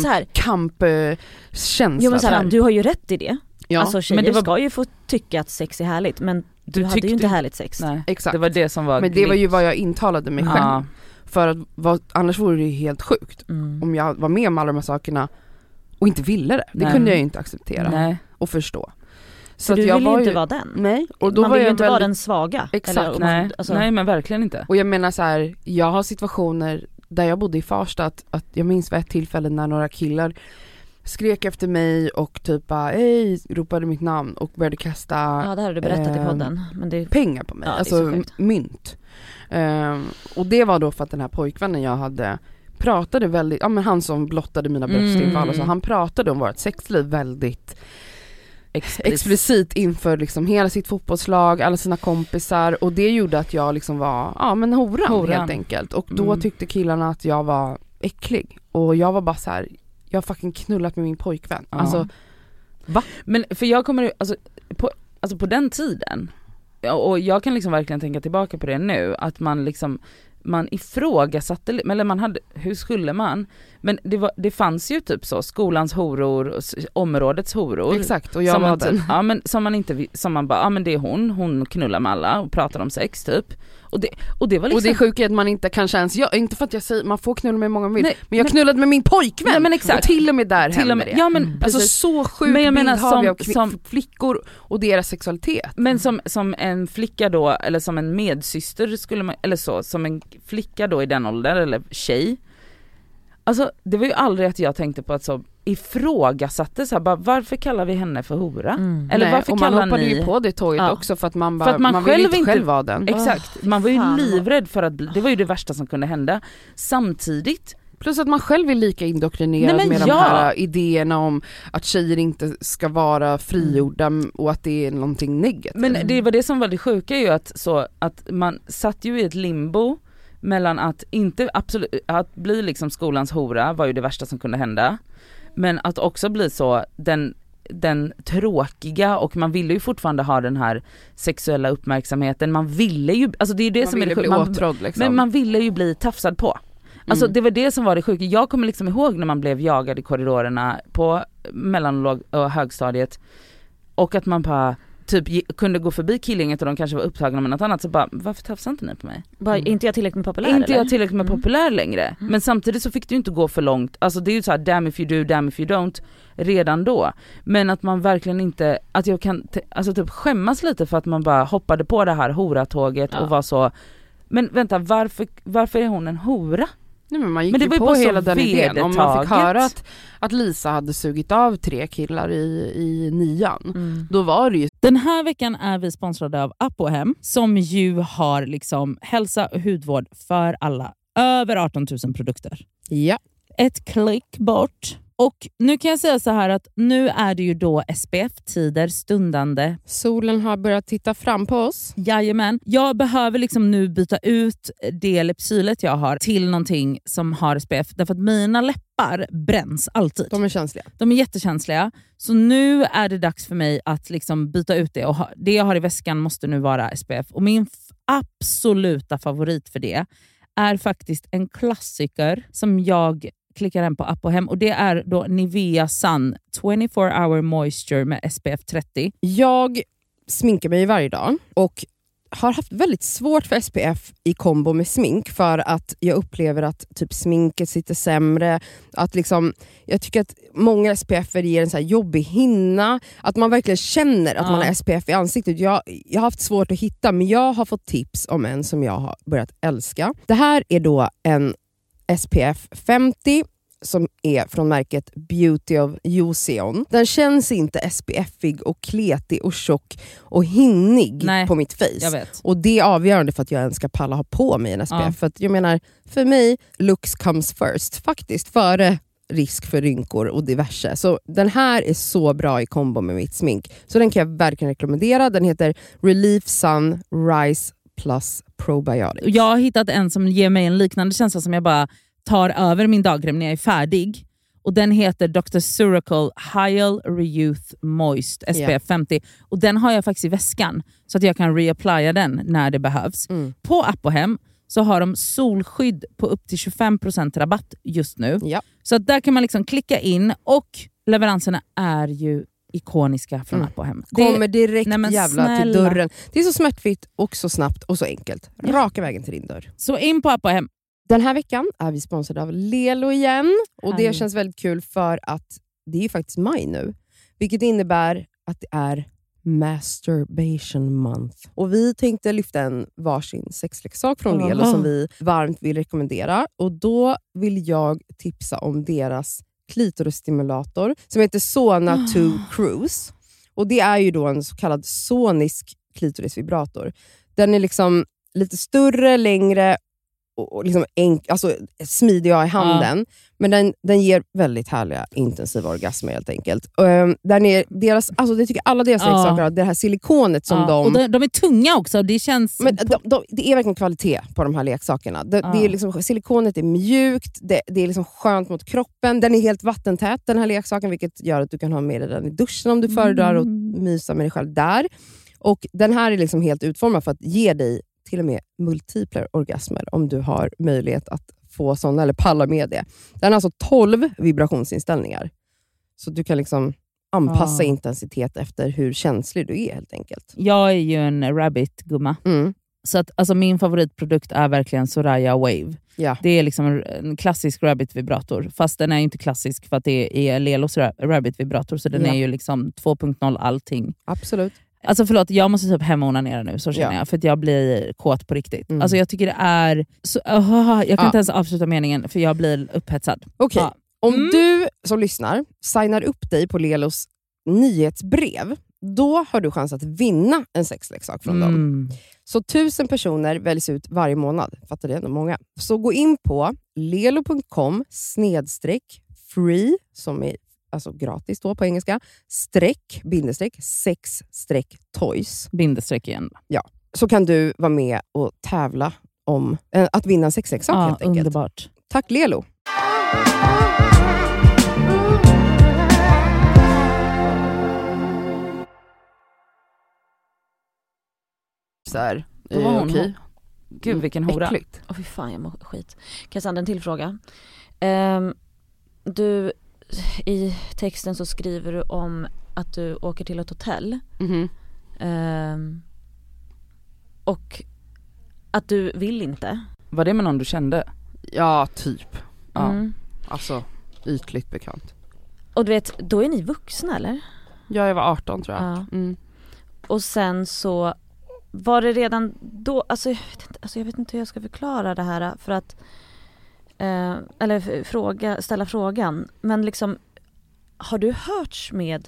kampkänsla. Jo, men så här, du har ju rätt i det. Ja. Alltså tjejer men det var... ska ju få tycka att sex är härligt, men du, du hade ju inte härligt sex. Nej, exakt. Det var det som var Men det var ju vad jag intalade mig själv. Ja. För att vad, annars vore det ju helt sjukt mm. om jag var med om alla de här sakerna och inte ville det. Det Nej. kunde jag ju inte acceptera Nej. och förstå. Så, så att du jag vill var ju inte ju... vara den. Nej. Och då man var vill ju inte väldigt... vara den svaga. Exakt. Eller, Nej. Man, alltså... Nej, men verkligen inte. Och jag menar så här, jag har situationer där jag bodde i Farsta att, att jag minns vid ett tillfälle när några killar skrek efter mig och typ hej, ropade mitt namn och började kasta ja, det har du berättat eh, i podden. Men det... pengar på mig, ja, alltså mynt. Um, och det var då för att den här pojkvännen jag hade pratade väldigt, ja men han som blottade mina bröstinfall, mm. så han pratade om vårt sexliv väldigt explicit, explicit inför liksom hela sitt fotbollslag, alla sina kompisar, och det gjorde att jag liksom var, ja men horan, horan. helt enkelt. Och då mm. tyckte killarna att jag var äcklig, och jag var bara så här, jag har fucking knullat med min pojkvän. Ja. Alltså, va? Men för jag kommer, alltså på, alltså på den tiden, och jag kan liksom verkligen tänka tillbaka på det nu, att man liksom, man ifrågasatte, eller man hade, hur skulle man? Men det, var, det fanns ju typ så, skolans horor, områdets horor. Exakt, och jag som var man, den. Ja, men som man inte, som man bara, ja men det är hon, hon knullar med alla och pratar om sex typ. Och det, och det var liksom... Och det är sjukt att man inte kanske ens, jag, inte för att jag säger, man får knulla med många man vill, nej, men jag knullade med min pojkvän. Nej, men exakt. Och till och med där till och med, det. Ja men mm. Alltså så sjukt men jag menar, bild har vi av som, som flickor och deras sexualitet. Men som, som en flicka då, eller som en medsyster skulle man, eller så, som en flicka då i den åldern, eller tjej. Alltså det var ju aldrig att jag tänkte på att så ifrågasatte så här, bara, varför kallar vi henne för hora? Mm. Eller Nej, varför och man kallar hoppade ni... ju på det tåget ja. också för att man bara, för att man, man själv vill inte, inte själv vara den. Exakt, man var ju livrädd för att bli, det var ju det värsta som kunde hända. Samtidigt Plus att man själv är lika indoktrinerad Nej, med ja. de här idéerna om att tjejer inte ska vara frigjorda Mm. och att det är någonting negativt. Men det var det som var det sjuka ju att, så, att man satt ju i ett limbo mellan att inte absolut, att bli liksom skolans hora var ju det värsta som kunde hända. Men att också bli så den, den tråkiga, och man ville ju fortfarande ha den här sexuella uppmärksamheten. Man ville ju, alltså det är det man som är det bli sjuka. Man, åtrådd, liksom. Men man ville ju bli tafsad på. Alltså Mm. det var det som var det sjuka. Jag kommer liksom ihåg när man blev jagad i korridorerna på mellan- och högstadiet, och att man bara typ ge- kunde gå förbi killinget och de kanske var upptagna med något annat, så bara, varför tafsar inte ni på mig? Bara, Mm. inte jag tillräckligt populär Inte eller? jag tillräckligt med Mm. populär längre. Mm. Men samtidigt så fick det ju inte gå för långt. Alltså det är ju så här, damn if you do, damn if you don't redan då. Men att man verkligen inte, att jag kan t- alltså typ skämmas lite för att man bara hoppade på det här horatåget Ja. och var så, men vänta, varför, varför är hon en hora? Nej, men man gick Men det ju var ju på bara så hela den idén. Om man fick vedertaget. höra att, att Lisa hade sugit av tre killar i, i nian, Mm. då var det ju Den här veckan är vi sponsrade av Apohem som ju har liksom hälsa och hudvård för alla. Över arton tusen produkter. ja. Ett klick bort. Och nu kan jag säga så här att nu är det ju då S P F-tider stundande. Solen har börjat titta fram på oss. Jajamän. Jag behöver liksom nu byta ut det läppsylet jag har till någonting som har S P F. Därför att mina läppar bränns alltid. De är känsliga. De är jättekänsliga. Så nu är det dags för mig att liksom byta ut det. Och ha, det jag har i väskan måste nu vara S P F. Och min f- absoluta favorit för det är faktiskt en klassiker som jag klickar hem på Apohem. Och det är då Nivea Sun twenty-four hour moisture med S P F trettio. Jag sminkar mig varje dag och har haft väldigt svårt för S P F i kombo med smink, för att jag upplever att typ sminket sitter sämre, att liksom, jag tycker att många S P F ger en så här jobbig hinna, att man verkligen känner att Ja. man har S P F i ansiktet. Jag, jag har haft svårt att hitta, men jag har fått tips om en som jag har börjat älska. Det här är då en S P F femtio som är från märket Beauty of Joseon. Den känns inte S P F-ig och kletig och tjock och hinnig Nej, på mitt face. Jag vet. Och det är avgörande för att jag ens ska palla ha på mig en S P F. Ja. För att jag menar, för mig, looks comes first. Faktiskt före risk för rynkor och diverse. Så den här är så bra i kombo med mitt smink. Så den kan jag verkligen rekommendera. Den heter Relief Sun Rise Plus Probiotics. Jag har hittat en som ger mig en liknande känsla som jag bara tar över min dagkräm när jag är färdig. Och den heter doctor Suracle Hyal Reyouth Moist S P F femtio. Och den har jag faktiskt i väskan så att jag kan reapplya den när det behövs. Mm. På Apohem så har de solskydd på upp till tjugofem procent rabatt just nu. Ja. Så att där kan man liksom klicka in, och leveranserna är ju ikoniska från Mm. Apohem. Kommer direkt Nej, men jävla till snälla. dörren. Det är så smärtfritt och så snabbt och så enkelt. Raka vägen till din dörr. Så in på Apohem. Den här veckan är vi sponsrade av Lelo igen. Och det Härligt. känns väldigt kul för att det är ju faktiskt maj nu. Vilket innebär att det är Masturbation Month. Och vi tänkte lyfta en varsin sexleksak från Oh. Lelo som vi varmt vill rekommendera. Och då vill jag tipsa om deras klitorisstimulator som heter Sona two Cruise. Och det är ju då en så kallad sonisk klitorisvibrator. Den är liksom lite större, längre och liksom enk, alltså smidig i handen. Men den, den ger väldigt härliga intensiva orgasmer helt enkelt. Um, den är deras, alltså det tycker alla deras Ja. leksaker har, det här silikonet som Ja, de... och de, de är tunga också. Det känns... Men de, de, det är verkligen kvalitet på de här leksakerna. Det, Ja. det är liksom, silikonet är mjukt, det, det är liksom skönt mot kroppen. Den är helt vattentät den här leksaken, vilket gör att du kan ha med dig den i duschen om du föredrar och Mm. mysa med dig själv där. Och den här är liksom helt utformad för att ge dig till och med multipla orgasmer om du har möjlighet att få sådana eller palla med det. Den har alltså tolv vibrationsinställningar. Så du kan liksom anpassa Ah. intensitet efter hur känslig du är helt enkelt. Jag är ju en rabbit-gumma. Mm. Så att, alltså, min favoritprodukt är verkligen Soraya Wave. Ja. Det är liksom en, en klassisk rabbit-vibrator. Fast den är inte klassisk för att det är Lelos ra- rabbit-vibrator. Så den Ja. är ju liksom två punkt noll allting. Absolut. Alltså förlåt, jag måste typ hemonanera nu, så känner Ja. jag. För att jag blir kåt på riktigt. Mm. Alltså jag tycker det är... Så, oh, jag kan Ja. inte ens avsluta meningen för jag blir upphetsad. Okej, Ja. om Mm. du som lyssnar signar upp dig på Lelos nyhetsbrev Då har du chans att vinna en sexleksak från dem. Mm. Så tusen personer väljs ut varje månad. Fattar det ändå många. Så gå in på lelo punkt com snedstreck free, som är alltså gratis då på engelska, streck, bindestreck, sex streck toys. Bindestreck igen. Ja, så kan du vara med och tävla om äh, att vinna en sexleksak Ja, helt enkelt. underbart. Tack Lelo. Så här, Då var eh, hon okej. Gud vilken hora. Äckligt. Åh fy fan, jag mår skit. Cassandra, en till fråga. Um, du, i texten så skriver du om att du åker till ett hotell. Mhm. Um, och att du vill inte. Var det med någon du kände? Ja, typ. Ja. Mm. Alltså, ytligt bekant. Och du vet, då är ni vuxna eller? Ja, jag var arton tror jag. Ja. Mm. Och sen så var det redan då, alltså jag vet inte, alltså jag vet inte hur jag ska förklara det här för att eh, eller fråga, ställa frågan, men liksom har du hörts med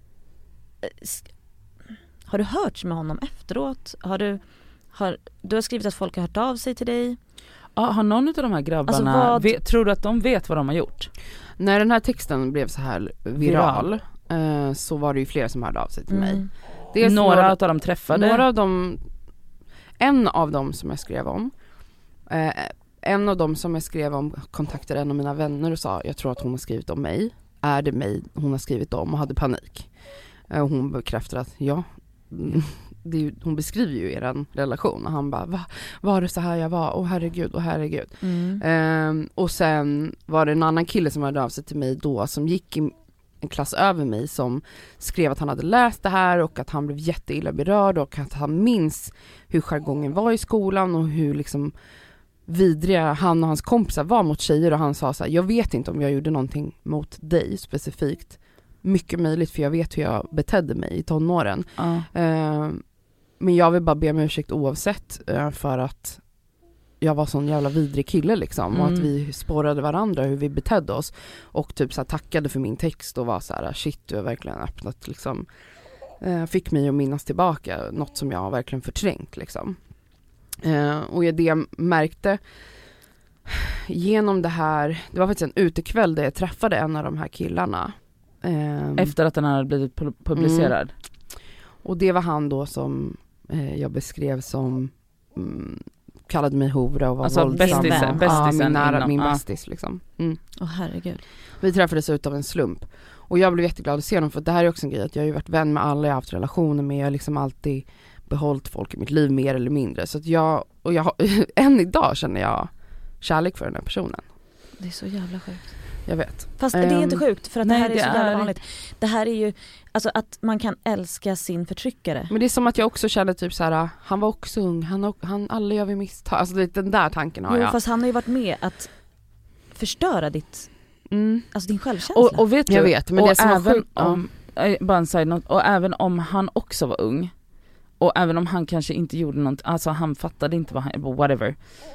eh, sk- har du hörts med honom efteråt? Har du har, du har skrivit att folk har hört av sig till dig? Ja, har någon av de här grabbarna, Alltså, vad- vet, tror du att de vet vad de har gjort? När den här texten blev så här viral, Eh, så var det ju flera som hörde av sig till mig. Mm. Dels Några av dem träffade. Några av dem, en av dem som jag skrev om, eh, en av dem som jag skrev om kontaktade en av mina vänner och sa, jag tror att hon har skrivit om mig. Är det mig hon har skrivit om? Och hade panik. Eh, och hon bekräftade att ja, det är ju, hon beskriver ju er relation. Och han bara, Va, var det så här jag var? Åh herregud, åh herregud. Mm. Eh, och sen var det en annan kille som hörde av sig till mig då, som gick i en klass över mig, som skrev att han hade läst det här och att han blev jätteilla berörd och att han minns hur jargongen var i skolan och hur liksom vidriga han och hans kompisar var mot tjejer. Och han sa så här, jag vet inte om jag gjorde någonting mot dig specifikt. Mycket möjligt, för jag vet hur jag betedde mig i tonåren. Ja. Eh, men jag vill bara be om ursäkt oavsett, eh, för att jag var sån jävla vidrig kille liksom. Mm. Och att vi spårade varandra hur vi betedde oss. Och typ så här, tackade för min text och var så här, shit, du har verkligen öppnat liksom. Eh, fick mig att minnas tillbaka något som jag har verkligen förträngt liksom. Eh, och det jag märkte genom det här, det var faktiskt en utekväll där jag träffade en av de här killarna. Eh, Efter att den hade blivit pu- publicerad. Och det var han då som eh, jag beskrev som mm, kallade mig hora och var Alltså våldsam. bästisen- Ja, bästisen min nära, innan, min ja. bästis liksom. Mm. Åh herregud. Vi träffades ut av en slump. Och jag blev jätteglad att se honom, för det här är också en grej att jag har ju varit vän med alla jag har haft relationer med. Jag har liksom alltid behållit folk i mitt liv mer eller mindre. Så att jag, och jag har, än idag känner jag kärlek för den här personen. Det är så jävla sjukt. Jag vet. Fast det är inte Ehm, sjukt, för att nej, det här är det så jävla är- vanligt. Det här är ju, alltså att man kan älska sin förtryckare. Men det är som att jag också känner typ så här, han var också ung, han, han alla gör vi misstag. Alltså det, den där tanken har Jo, jag. fast han har ju varit med att förstöra ditt, Mm. alltså din självkänsla. Och, och vet du, Jag vet, men och det som var även sjukt- ja. om, eh, bara en side note, och även om han också var ung, och även om han kanske inte gjorde något, alltså han fattade inte vad han, whatever.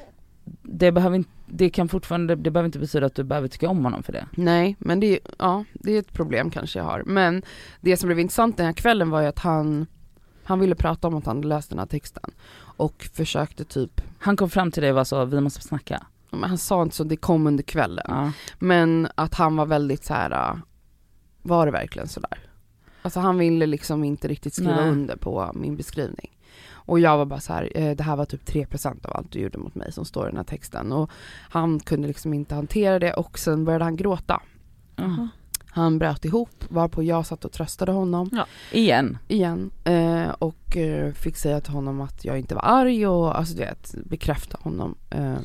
Det behöver inte, det kan fortfarande, det behöver inte betyda att du behöver tycka om honom för det. Nej, men det, ja, det är ett problem kanske jag har. Men det som blev intressant den här kvällen var ju att han, han ville prata om att han hade läst den här texten. Och försökte typ, Han kom fram till dig och var så, vi måste snacka. men han sa inte så, det kom under kvällen. Ja. Men att han var väldigt så här, äh, var det verkligen så där? Alltså han ville liksom inte riktigt skriva Nej. under på min beskrivning. Och jag var bara så här, eh, det här var typ tre procent av allt du gjorde mot mig som står i den här texten. Och han kunde liksom inte hantera det, och sen började han gråta. Jaha. Han bröt ihop, varpå jag satt och tröstade honom Igen. igen. Eh, och eh, fick säga till honom att jag inte var arg och alltså du vet, bekräfta honom eh,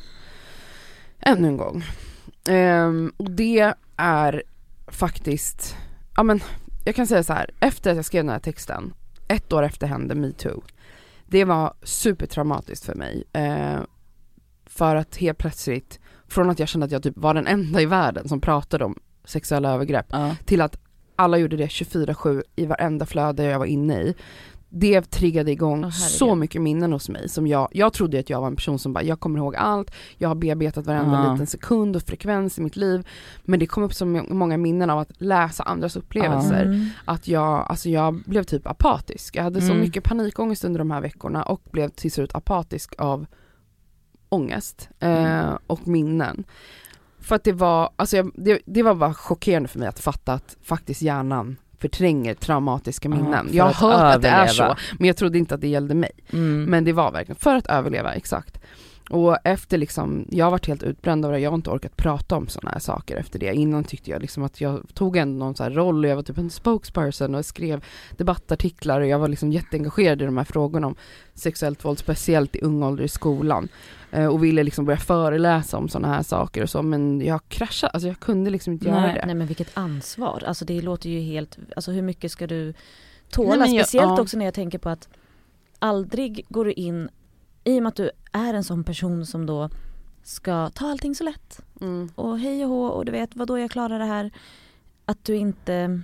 ännu en gång. Eh, och det är faktiskt, ja men jag kan säga så här, efter att jag skrev den här texten, ett år efter hände MeToo. Det var supertraumatiskt för mig. Eh, för att helt plötsligt, från att jag kände att jag typ var den enda i världen som pratade om sexuella övergrepp, Ja. till att alla gjorde det tjugofyra sju i varenda flöde jag var inne i. det triggade igång Åh, så mycket minnen hos mig som jag, jag trodde att jag var en person som bara, jag kommer ihåg allt, jag har bearbetat varenda Ja. liten sekund och frekvens i mitt liv, men det kom upp så många minnen av att läsa andras upplevelser, Mm. att jag, alltså jag blev typ apatisk, jag hade så Mm. mycket panikångest under de här veckorna och blev till slut apatisk av ångest eh, Mm. och minnen. För att det var, alltså jag, det, det var bara chockerande för mig att fatta att faktiskt hjärnan förtränger traumatiska minnen. för jag har att hört att det är så, överleva. men jag trodde inte att det gällde mig. Mm. Men det var verkligen för att överleva, exakt. Och efter liksom, jag har varit helt utbränd av det, jag har inte orkat prata om sådana här saker efter det. Innan tyckte jag liksom att jag tog ändå någon så här roll, jag var typ en spokesperson och skrev debattartiklar och jag var liksom jätteengagerad i de här frågorna om sexuellt våld, speciellt i ung ålder i skolan. Eh, och ville liksom börja föreläsa om sådana här saker och så, men jag kraschade, alltså jag kunde liksom inte Nej, göra det. Nej men vilket ansvar, alltså det låter ju helt, alltså hur mycket ska du tåla, Nej, men jag- speciellt ja. också när jag tänker på att aldrig går du in, i och med att du är en sån person som då ska ta allting så lätt Mm. och hej och hå och du vet vad då jag klarar det här, att du inte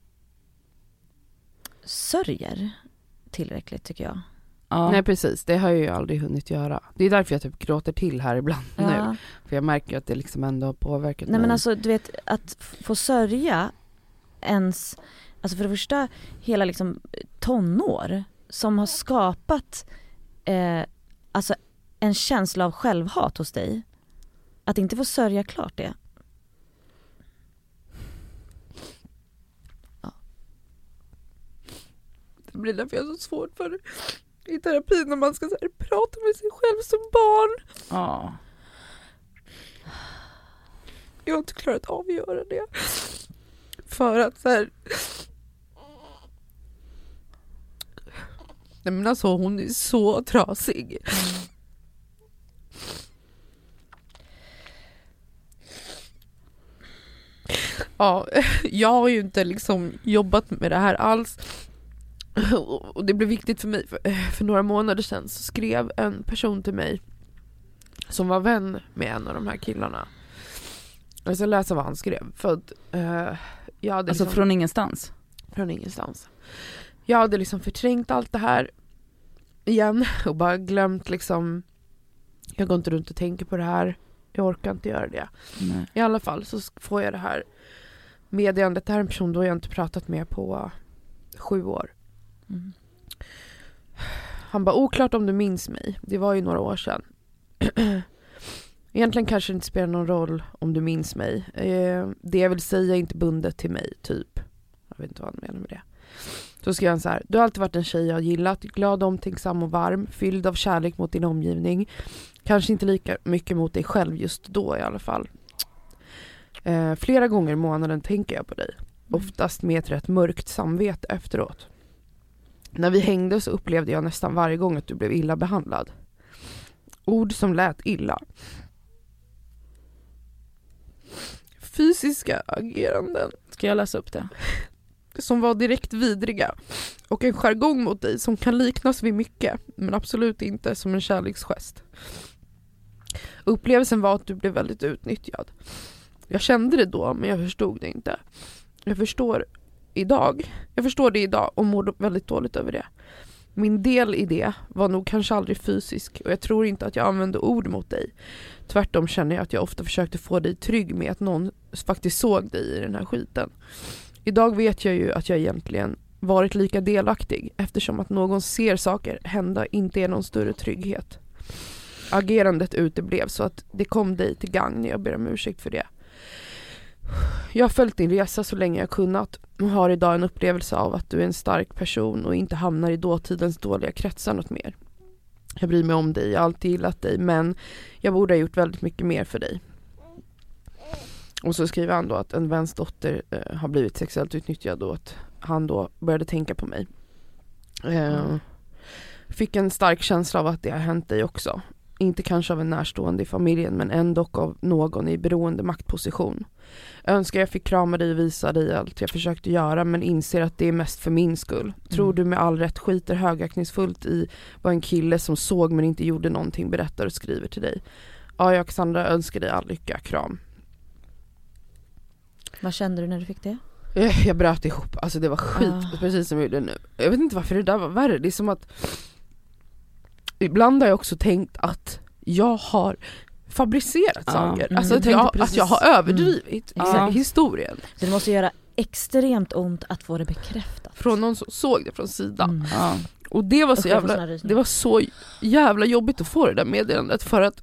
sörjer tillräckligt tycker jag. Ja. Nej precis, det har jag ju aldrig hunnit göra. Det är därför jag typ gråter till här ibland nu. Ja. För jag märker att det liksom ändå har påverkat Nej mig. men alltså du vet att f- få sörja ens, alltså för det första hela liksom tonår som har skapat eh, alltså en känsla av självhat hos dig, att inte få sörja klart det. Det blir därför jag har så svårt för i terapi när man ska så här, prata med sig själv som barn. Ja. Jag har inte klarat av att göra det. För att så här... Nej men alltså hon är så trasig. Ja, jag har ju inte liksom jobbat med det här alls. Och det blev viktigt för mig. För, för några månader sedan så skrev en person till mig som var vän med en av de här killarna. Jag ska läsa vad han skrev. För att uh, jag hade Alltså liksom, från ingenstans. från ingenstans. Jag hade liksom förträngt allt det här igen och bara glömt liksom, jag går inte runt och tänker på det här. Jag orkar inte göra det. Nej. I alla fall så får jag det här meddelandet. Det här är en person då jag inte pratat med på sju år. Mm. Han bara, oklart om du minns mig. Det var ju några år sedan. Egentligen kanske det inte spelar någon roll om du minns mig. Eh, det jag vill säga är inte bundet till mig, typ. Jag vet inte vad han menar med det. Så skrev han så här: du har alltid varit en tjej jag har gillat, glad, omtänksam och varm, fylld av kärlek mot din omgivning. Kanske inte lika mycket mot dig själv just då i alla fall. Eh, flera gånger i månaden tänker jag på dig. Oftast med ett rätt mörkt samvete efteråt. När vi hängde så upplevde jag nästan varje gång att du blev illa behandlad. Ord som lät illa. Fysiska ageranden Ska jag läsa upp det? som var direkt vidriga. Och en jargong mot dig som kan liknas vid mycket, men absolut inte som en kärleksgest. Upplevelsen var att du blev väldigt utnyttjad. Jag kände det då, men jag förstod det inte. Jag förstår idag. Jag förstår det idag och mår väldigt dåligt över det. Min del i det var nog kanske aldrig fysisk och jag tror inte att jag använde ord mot dig. Tvärtom känner jag att jag ofta försökte få dig trygg med att någon faktiskt såg dig i den här skiten. Idag vet jag ju att jag egentligen varit lika delaktig eftersom att någon ser saker hända inte är någon större trygghet. Agerandet uteblev så att det kom dig till gagn. Jag ber om ursäkt för det. Jag har följt din resa så länge jag kunnat och har idag en upplevelse av att du är en stark person och inte hamnar i dåtidens dåliga kretsar något mer. Jag bryr mig om dig, jag har alltid gillat dig, men jag borde ha gjort väldigt mycket mer för dig. Och så skriver han då att en väns dotter eh, har blivit sexuellt utnyttjad och att han då började tänka på mig. Eh, Mm. Fick en stark känsla av att det har hänt dig också. Inte kanske av en närstående i familjen, men ändå av någon i beroende maktposition. Jag önskar jag fick krama dig och visa dig allt jag försökte göra, men inser att det är mest för min skull. Tror Mm. du med all rätt skiter högaktningsfullt i vad en kille som såg men inte gjorde någonting berättar och skriver till dig. Ja, jag Cassandra önskar dig all lycka, kram. Vad kände du när du fick det? Jag, jag bröt ihop, alltså det var skit, Ah. precis som jag gjorde nu. Jag vet inte varför det där var värre, det är som att ibland har jag också tänkt att jag har fabricerat Ja. saker, Mm. alltså Jag att tänkte jag, precis- att jag har överdrivit Mm. i Ja. historien. Det måste göra extremt ont att få det bekräftat. Från någon som såg det från sidan. Mm. Ja. Och det var så Usch, jag får såna jävla, rysningar. det var så jävla jobbigt att få det där meddelandet, för att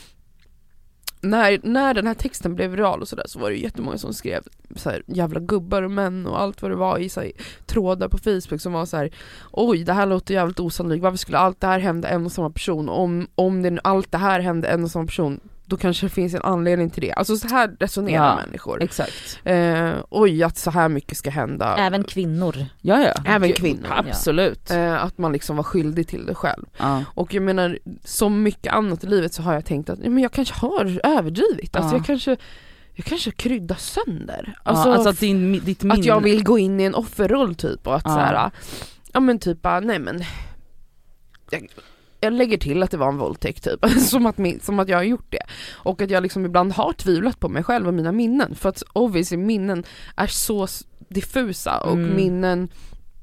när, när den här texten blev viral och sådär, så var det jättemånga som skrev så här, jävla gubbar och män och allt vad det var i så här, trådar på Facebook som var så här: oj, det här låter jävligt osannolikt, varför skulle allt det här hända en och samma person, och om, om det, allt det här hände en och samma person, då kanske det finns en anledning till det. Alltså så här resonerar Ja. människor. Exakt. eh, oj, att så här mycket ska hända. Även kvinnor. Ja, ja. Även Gud, kvinnor. Absolut. eh, att man liksom var skyldig till det själv. Ja. Och jag menar, som mycket annat i livet så har jag tänkt att ja, men jag kanske har överdrivit. Alltså Ja. jag kanske jag kanske kryddar sönder. Alltså, Alltså, alltså att din, ditt minne... att jag vill gå in i en offerroll typ, och att Ja. så här, ja men typ, nej men jag, jag lägger till att det var en våldtäkt typ, som att, min, som att jag har gjort det. Och att jag liksom ibland har tvivlat på mig själv och mina minnen, för att obviously minnen är så diffusa och Mm. minnen,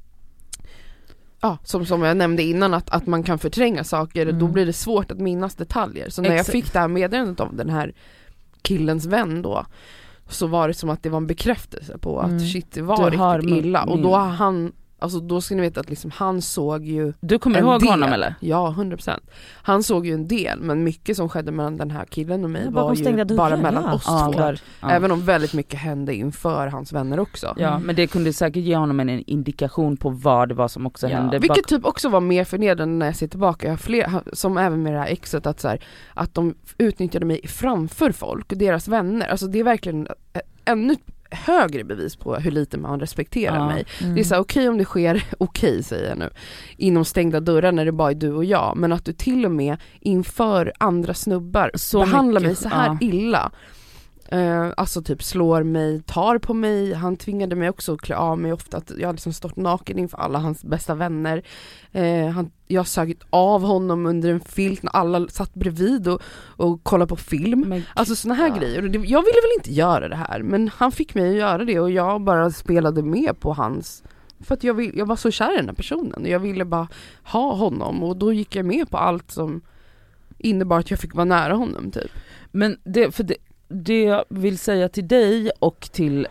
ja, som, som jag nämnde innan, att, att man kan förtränga saker, Mm. då blir det svårt att minnas detaljer. Så när jag Exakt. fick det här meddelandet av den här killens vän då, så var det som att det var en bekräftelse på att Mm. shit, det var Du har riktigt illa. Och min- då har han, alltså då ska ni veta att liksom han såg ju Du kommer en ihåg del. honom eller? Ja, hundra procent. Han såg ju en del, men mycket som skedde mellan den här killen och mig Ja, bakom var ju stängda dörrar, bara mellan ja. oss Ja, två. där. Ja. Även om väldigt mycket hände inför hans vänner också. Ja, Mm. men det kunde säkert ge honom en indikation på vad det var som också Ja. hände. Vilket bak- typ också var mer förnedrande när jag ser tillbaka. Jag har fler, som även med det här exet, att, så här, att de utnyttjade mig framför folk och deras vänner. Alltså det är verkligen ä- ännu högre bevis på hur lite man respekterar Ja. mig. Mm. Det är så här, okej om det sker, okej säger jag nu, inom stängda dörrar när det bara är du och jag, men att du till och med inför andra snubbar Så behandlar mycket- mig så här ja. illa. Uh, alltså typ slår mig, tar på mig, han tvingade mig också att klä av mig ofta, att jag har liksom stått naken inför alla hans bästa vänner. Uh, han, jag har sögit av honom under en filt när alla satt bredvid och, och kollade på film. Men, Alltså såna här ja. grejer. Och det, jag ville väl inte göra det här, men han fick mig att göra det och jag bara spelade med på hans, för att jag, vill, jag var så kär i den här personen och jag ville bara ha honom, och då gick jag med på allt som innebar att jag fick vara nära honom typ. men det, för det, det jag vill säga till dig och till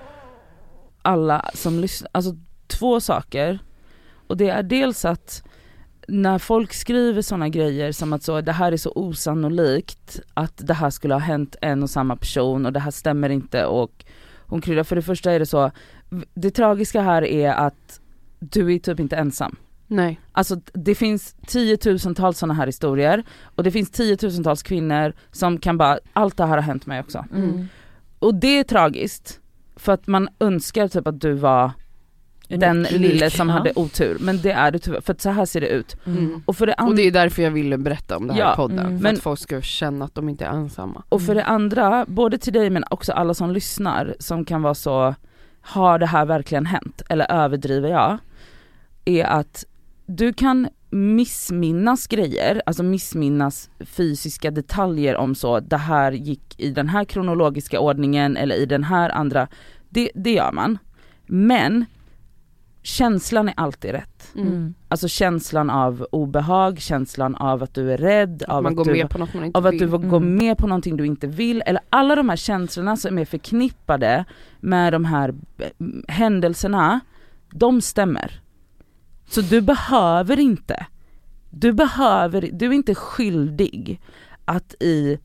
alla som lyssnar, alltså två saker. Och det är dels att när folk skriver såna grejer som att så, det här är så osannolikt att det här skulle ha hänt en och samma person och det här stämmer inte, och hon kryddar, för det första är det så, det tragiska här är att du är typ inte ensam. Nej. Alltså det finns tiotusentals sådana här historier och det finns tiotusentals kvinnor som kan bara, allt det här har hänt mig också. Mm. Och det är tragiskt för att man önskar typ att du var den lille som Ja. hade otur, men det är det tyvärr, för att så här ser det ut. Mm. Och för det, and- Och det är därför jag ville berätta om det här Ja, i podden, mm. för Men- att folk ska känna att de inte är ensamma. och för det andra, både till dig men också alla som lyssnar som kan vara så, har det här verkligen hänt eller överdriver jag, är att du kan missminnas grejer, alltså missminnas fysiska detaljer om så, det här gick i den här kronologiska ordningen eller i den här andra, det, det gör man. Men känslan är alltid rätt. Mm. Alltså känslan av obehag, känslan av att du är rädd, Att av man att går du med på något man inte av att vill. du går Mm. med på någonting du inte vill, eller alla de här känslorna som är förknippade med de här eh, händelserna, de stämmer. Så du behöver inte, du behöver, du är inte skyldig att i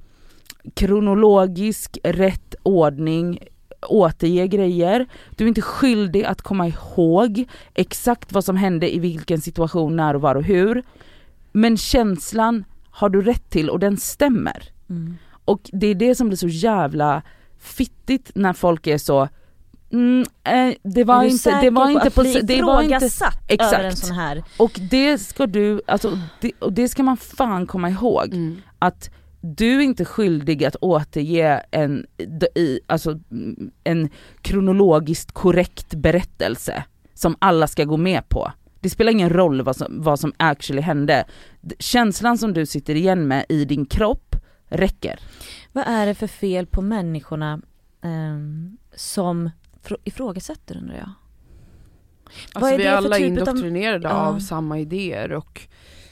kronologisk rätt ordning återge grejer. Du är inte skyldig att komma ihåg exakt vad som hände i vilken situation, när och var och hur. Men känslan har du rätt till och den stämmer. Mm. Och det är det som blir så jävla fittigt när folk är så mm, eh, det var Är du inte säker det var på inte att på bli det var inte ifrågasatt exakt. över en sån här? och det ska du alltså det, och det ska man fan komma ihåg, Mm. att du är inte skyldig att återge en, i, alltså, en kronologiskt korrekt berättelse som alla ska gå med på. Det spelar ingen roll vad som, vad som actually hände. Känslan som du sitter igen med i din kropp räcker. Vad är det för fel på människorna ehm, som ifrågasätter, undrar jag. Alltså Vad är vi det är för alla typ indoktrinerade av- av Ja. samma idéer och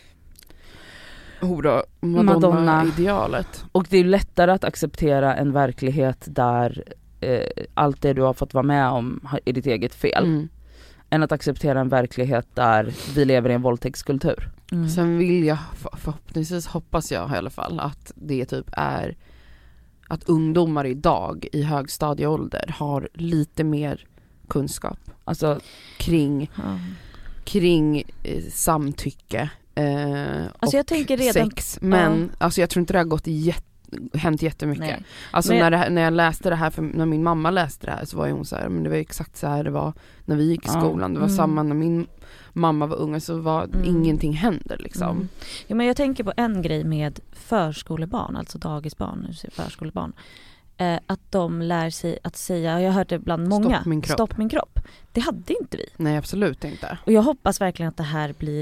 Hora, Madonna. Madonna-idealet. Och det är lättare att acceptera en verklighet där eh, allt det du har fått vara med om har- är ditt eget fel. Mm. Än att acceptera en verklighet där vi lever i en våldtäktskultur. Mm. Sen vill jag, för- förhoppningsvis hoppas jag i alla fall att det typ är att ungdomar idag i högstadieålder har lite mer kunskap Alltså, kring, Ja. kring eh, samtycke eh, Alltså jag och tänker redan- sex. Men alltså jag tror inte det har gått jätte hänt jättemycket. Nej. Alltså Men- när, det, här- när jag läste det här, för när min mamma läste det här så var ju hon så här, men det var exakt så här det var när vi gick i Ja. skolan. Det var Mm. samma när min mamma var ung, så var Mm. ingenting händer liksom. Mm. Ja, men jag tänker på en grej med förskolebarn, alltså dagisbarn, förskolebarn. Eh, att de lär sig att säga, jag har hört det bland många, Stopp min kropp. stopp min kropp. Det hade inte vi. Nej, absolut inte. Och jag hoppas verkligen att det här blir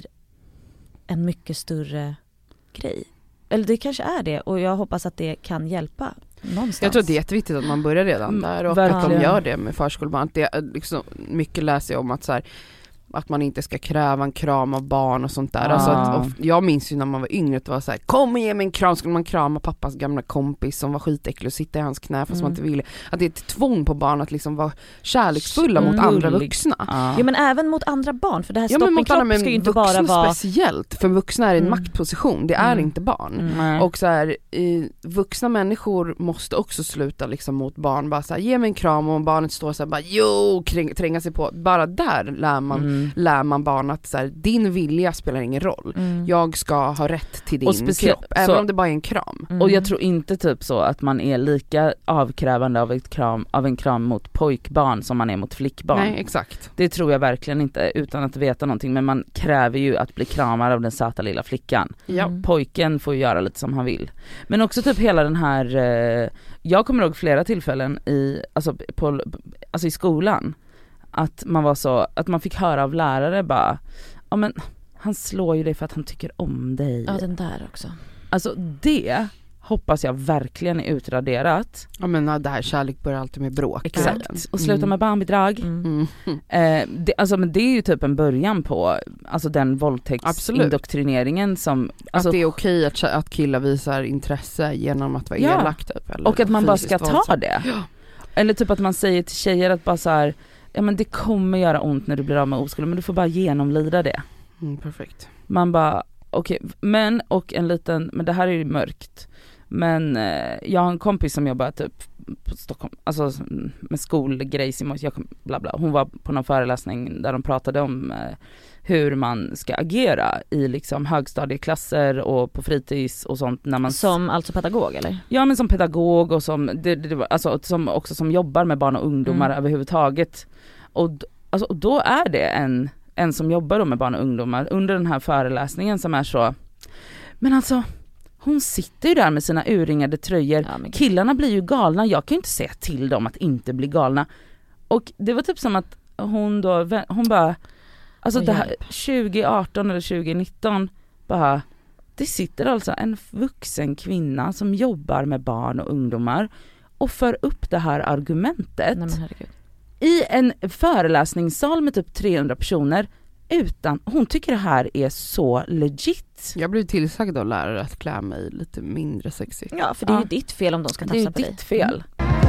en mycket större grej. Eller det kanske är det, och jag hoppas att det kan hjälpa någonstans. Jag tror att det är jätteviktigt att man börjar redan Mm, där och att de verkligen. gör det med förskolebarn. Det är liksom, mycket läser jag om att så här, att man inte ska kräva en kram av barn och sånt där. Ah. Alltså att, och jag minns ju när man var yngre att det var så här, kom och ge mig en kram, skulle man krama pappas gamla kompis som var skitäcklig och sitta i hans knä fast Mm. man inte ville. Att det är ett tvång på barn att liksom vara kärleksfulla mot Mm. andra Gullig. vuxna. ja. Ja, men även mot andra barn, för det här Ja, stopp men min mot alla, kropp men ska ju inte vuxna bara vara... speciellt, för vuxna är i en Mm. maktposition, det är Mm. inte barn. Mm. Nej. Och så här, eh, vuxna människor måste också sluta liksom mot barn, bara så här, ge mig en kram, och barnet står så här, bara jo, kring, tränga sig på. Bara där lär man, Mm. lär man barn att så här, din vilja spelar ingen roll. Mm. Jag ska ha rätt till din Och speciellt- kropp, även så- om det bara är en kram. Mm. Och jag tror inte typ så att man är lika avkrävande av, ett kram, av en kram mot pojkbarn som man är mot flickbarn. Nej, exakt. Det tror jag verkligen inte, utan att veta någonting, men man kräver ju att bli kramad av den söta lilla flickan. Ja. Mm. Pojken får ju göra lite som han vill. Men också typ hela den här, eh, jag kommer ihåg flera tillfällen i, alltså, på, alltså i skolan, att man var så, att man fick höra av lärare bara, ja men han slår ju dig för att han tycker om dig. Ja, den där också. Alltså det hoppas jag verkligen är utraderat. Ja, men ja, det här kärlek börjar alltid med bråk. Exakt. Och sluta Mm. med barnbidrag. Mm. Mm. Eh, det, alltså, men det är ju typ en början på alltså, den Absolut. våldtäktsindoktrineringen som... Alltså, att det är okej att, att killar visar intresse genom att vara Ja. elak typ, eller och att man bara ska fysiskt ta våldsam. det. Eller typ att man säger till tjejer att bara så här, ja men det kommer göra ont när du blir av med oskuld, men du får bara genomlida det. Mm, perfekt. Man bara, okej, okay, men och en liten, men det här är ju mörkt. Men eh, jag har en kompis som jobbar typ på Stockholm, alltså med skolgrejs, jag kom, bla bla. Hon var på någon föreläsning där de pratade om eh, hur man ska agera i liksom högstadieklasser och på fritids och sånt när man... Som alltså pedagog, eller? Ja, men som pedagog och som, det, det, var- alltså, som också som jobbar med barn och ungdomar Mm. överhuvudtaget. Och, d- alltså, och då är det en, en som jobbar då med barn och ungdomar under den här föreläsningen som är så, men alltså hon sitter ju där med sina urringade tröjor. Ja, men gud. Killarna blir ju galna, jag kan ju inte säga till dem att inte bli galna. Och det var typ som att hon då, hon bara, alltså Åh, det här hjälp. tjugo arton eller tjugo nitton bara, det sitter alltså en vuxen kvinna som jobbar med barn och ungdomar och för upp det här argumentet Nej, men herregud. i en föreläsningssal med typ trehundra personer utan, hon tycker det här är så legit. Jag blev tillsagd av lärare att klä mig lite mindre sexigt. Ja, för det är Ja. ju ditt fel om de ska Det är ju tafsa på dig. ditt fel.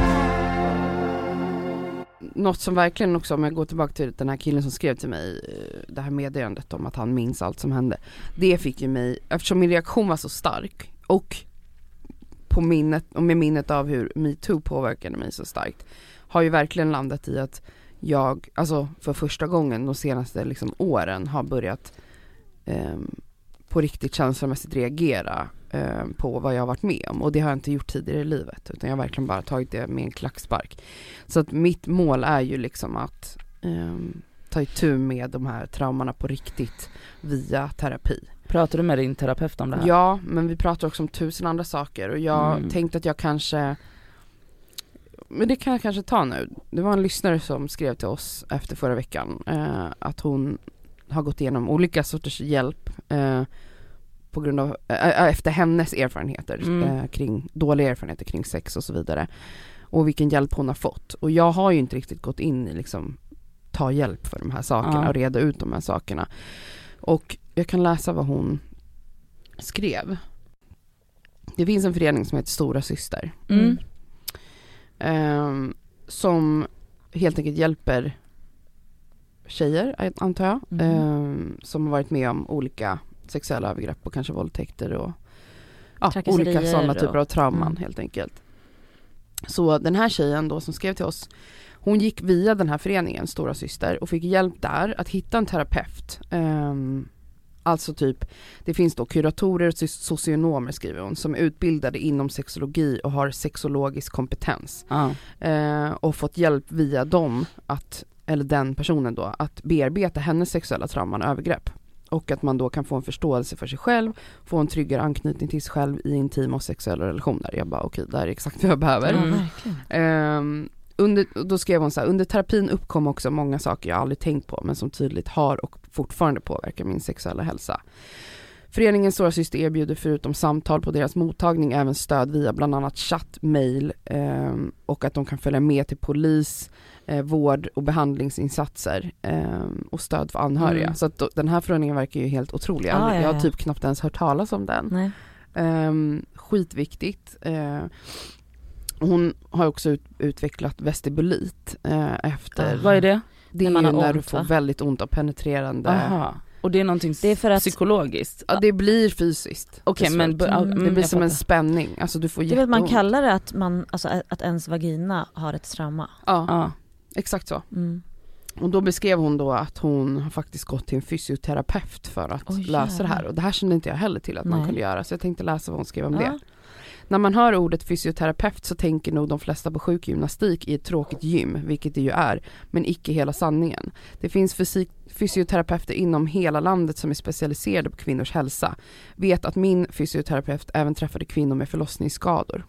Något som verkligen också, om jag går tillbaka till den här killen som skrev till mig eh, det här meddelandet om att han minns allt som hände. Det fick ju mig, eftersom min reaktion var så stark och på minnet, och med minnet av hur MeToo påverkade mig så starkt, har ju verkligen landat i att jag, alltså för första gången de senaste liksom åren har börjat ehm, på riktigt känslomässigt reagera eh, på vad jag har varit med om. Och det har jag inte gjort tidigare i livet, utan jag har verkligen bara tagit det med en klackspark. Så att mitt mål är ju liksom att eh, ta itu med de här traumorna på riktigt via terapi. Pratar du med din terapeut om det här? Ja, men vi pratar också om tusen andra saker. Och jag Mm. tänkte att jag kanske... Men det kan jag kanske ta nu. Det var en lyssnare som skrev till oss efter förra veckan eh, att hon har gått igenom olika sorters hjälp eh, på grund av, äh, efter hennes erfarenheter Mm. äh, kring dåliga erfarenheter kring sex och så vidare. och vilken hjälp hon har fått. Och jag har ju inte riktigt gått in i liksom ta hjälp för de här sakerna Ja. och reda ut de här sakerna. Och jag kan läsa vad hon skrev. Det finns en förening som heter Stora Syster. Mm. Um, som helt enkelt hjälper tjejer, antar jag, Mm. um, som har varit med om olika sexuella övergrepp och kanske våldtäkter och ja, Trakasserier olika sådana och- typer av trauman Mm. helt enkelt. Så den här tjejen då som skrev till oss, hon gick via den här föreningen Stora Syster och fick hjälp där att hitta en terapeut. Um, alltså typ, det finns då kuratorer och socionomer, skriver hon, som är utbildade inom sexologi och har sexologisk kompetens. Ja. Eh, och fått hjälp via dem, att, eller den personen då, att bearbeta hennes sexuella trauman och övergrepp. Och att man då kan få en förståelse för sig själv, få en tryggare anknytning till sig själv i intima och sexuella relationer. Jag bara, okej, det här är exakt vad jag behöver. Ja, Mm. verkligen. Eh, under, då skrev hon så här: under terapin uppkom också många saker jag aldrig tänkt på, men som tydligt har och fortfarande påverkar min sexuella hälsa. Föreningen Stora Syster erbjuder förutom samtal på deras mottagning även stöd via bland annat chatt, mail eh, och att de kan följa med till polis, eh, vård och behandlingsinsatser eh, och stöd för anhöriga. Mm. Så att då, den här föreningen verkar ju helt otrolig. Ah, ja, Jag har ja. typ knappt ens hört talas om den. Nej. Um, skitviktigt. Uh, hon har också ut, utvecklat vestibulit uh, efter... Ah. Vad är det? Det är När man ju har när du ont, får va? väldigt ont av penetrerande... Aha. Och det är någonting Det är för att- psykologiskt? Ja, det blir fysiskt. Okej, till men... slut. b- ja, Mm. mm, det blir jag som en fattar. spänning. Alltså du får Det är väl att man jätteont. kallar det att, man, alltså, att ens vagina har ett trauma. Ja, Ja. exakt så. Mm. Och då beskrev hon då att hon har faktiskt gått till en fysioterapeut för att Oj, lösa det här. jävlar. Och det här kände inte jag heller till att man Nej. kunde göra. Så jag tänkte läsa vad hon skrev om Ja. det. När man hör ordet fysioterapeut så tänker nog de flesta på sjukgymnastik i ett tråkigt gym, vilket det ju är, men icke hela sanningen. Det finns fysik- fysioterapeuter inom hela landet som är specialiserade på kvinnors hälsa. Vet att min fysioterapeut även träffade kvinnor med förlossningsskador.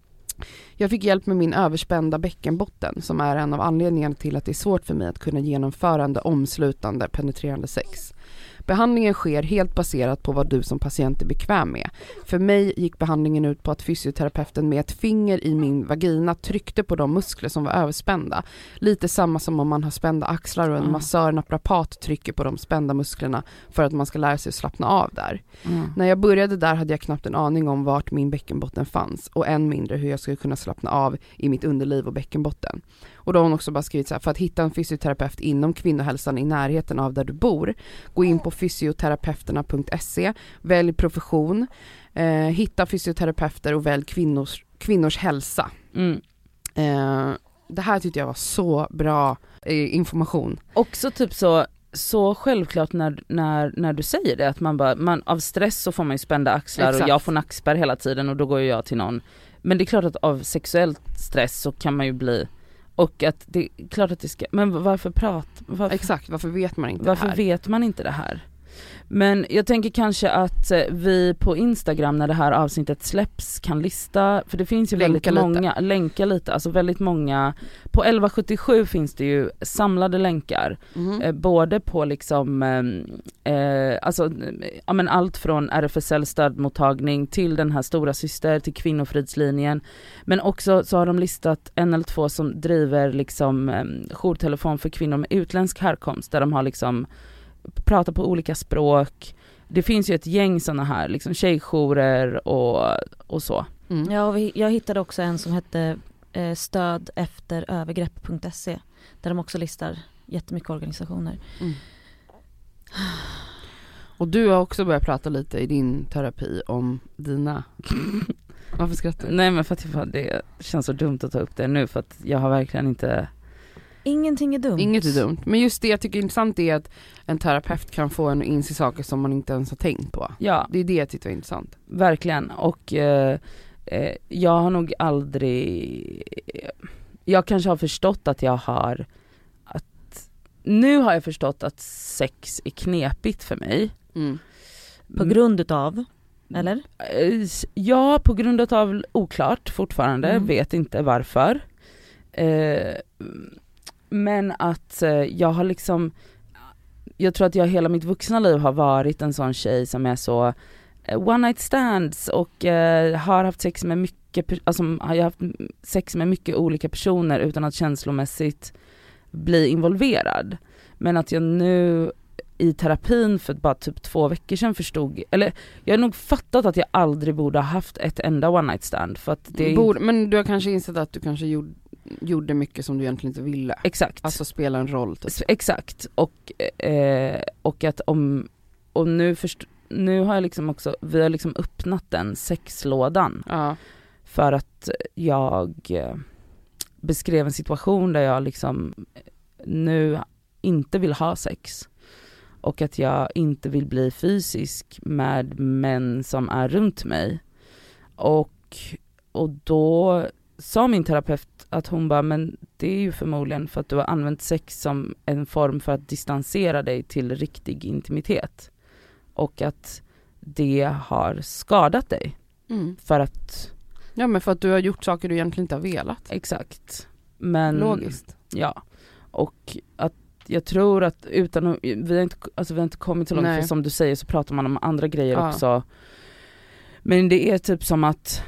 Jag fick hjälp med min överspända bäckenbotten som är en av anledningarna till att det är svårt för mig att kunna genomföra en omslutande penetrerande sex. Behandlingen sker helt baserat på vad du som patient är bekväm med. För mig gick behandlingen ut på att fysioterapeuten med ett finger i min vagina tryckte på de muskler som var överspända. Lite samma som om man har spända axlar och en Mm. massör, naprapat trycker på de spända musklerna för att man ska lära sig att slappna av där. Mm. När jag började där hade jag knappt en aning om vart min bäckenbotten fanns och än mindre hur jag skulle kunna slappna av i mitt underliv och bäckenbotten. Och då har hon också bara skrivit så här: för att hitta en fysioterapeut inom kvinnohälsan i närheten av där du bor, gå in på fysioterapeuterna punkt se, välj profession, eh, hitta fysioterapeuter och välj kvinnors, kvinnors hälsa. Mm. Eh, det här tyckte jag var så bra eh, information. Också typ så så självklart när, när, när du säger det, att man bara, man, av stress så får man ju spända axlar. Exakt. Och jag får nackspärr hela tiden och då går ju jag till någon. Men det är klart att av sexuell stress så kan man ju bli, och att det är klart att det ska, men varför prata, varför, Exakt, varför vet man inte varför det här? vet man inte det här? Men jag tänker kanske att eh, vi på Instagram när det här avsnittet släpps kan lista, för det finns ju Länka väldigt lite. många, länka lite, alltså väldigt många, på elva sjuttiosju finns det ju samlade länkar, Mhm. eh, både på liksom, eh, eh, alltså, eh, ja men allt från R F S L stödmottagning till den här Stora Syster, till Kvinnofridslinjen, men också så har de listat en eller två som driver liksom eh, jourtelefon för kvinnor med utländsk härkomst, där de har liksom pratar på olika språk. Det finns ju ett gäng såna här liksom tjejjourer och, och så. Mm. Ja, och vi, jag hittade också en som hette eh, stöd efter övergrepp punkt se, där de också listar jättemycket organisationer. Mm. Och du har också börjat prata lite i din terapi om dina... Varför skrattar du? Nej, men för att jag- det känns så dumt att ta upp det nu, för att jag har verkligen inte... Ingenting är dumt. Inget är dumt. Men just det jag tycker är intressant är att en terapeut kan få en att inse saker som man inte ens har tänkt på. Ja, Det är det jag tycker är intressant. verkligen. Och eh, eh, jag har nog aldrig... Jag kanske har förstått att jag har... att Nu har jag förstått att sex är knepigt för mig. Mm. På grund utav, eller? Eh, Ja, på grund av oklart fortfarande, Mm. vet inte varför. Eh, men att eh, jag har liksom, jag tror att jag hela mitt vuxna liv har varit en sån tjej som är så, one night stands och eh, har haft sex med mycket, alltså har jag haft sex med mycket olika personer utan att känslomässigt bli involverad. Men att jag nu i terapin för bara typ två veckor sedan förstod, eller jag har nog fattat att jag aldrig borde ha haft ett enda one night stand för att det Borde, men du har kanske insett att du kanske gjorde, gjorde mycket som du egentligen inte ville. Exakt. Alltså spela en roll typ. Exakt. Och, eh, och att om och nu först, nu har jag liksom också, vi har liksom öppnat den sexlådan. Ja. För att jag eh, beskrev en situation där jag liksom nu inte vill ha sex. Och att jag inte vill bli fysisk med män som är runt mig. Och, och då sa min terapeut att hon bara, men det är ju förmodligen för att du har använt sex som en form för att distansera dig till riktig intimitet. Och att det har skadat dig. Mm. För att... Ja, men för att du har gjort saker du egentligen inte har velat. Exakt. Men, logiskt. Ja. Och att jag tror att utan att, vi har inte, alltså vi har inte kommit så långt, för som du säger så pratar man om andra grejer ja. också. Men det är typ som att,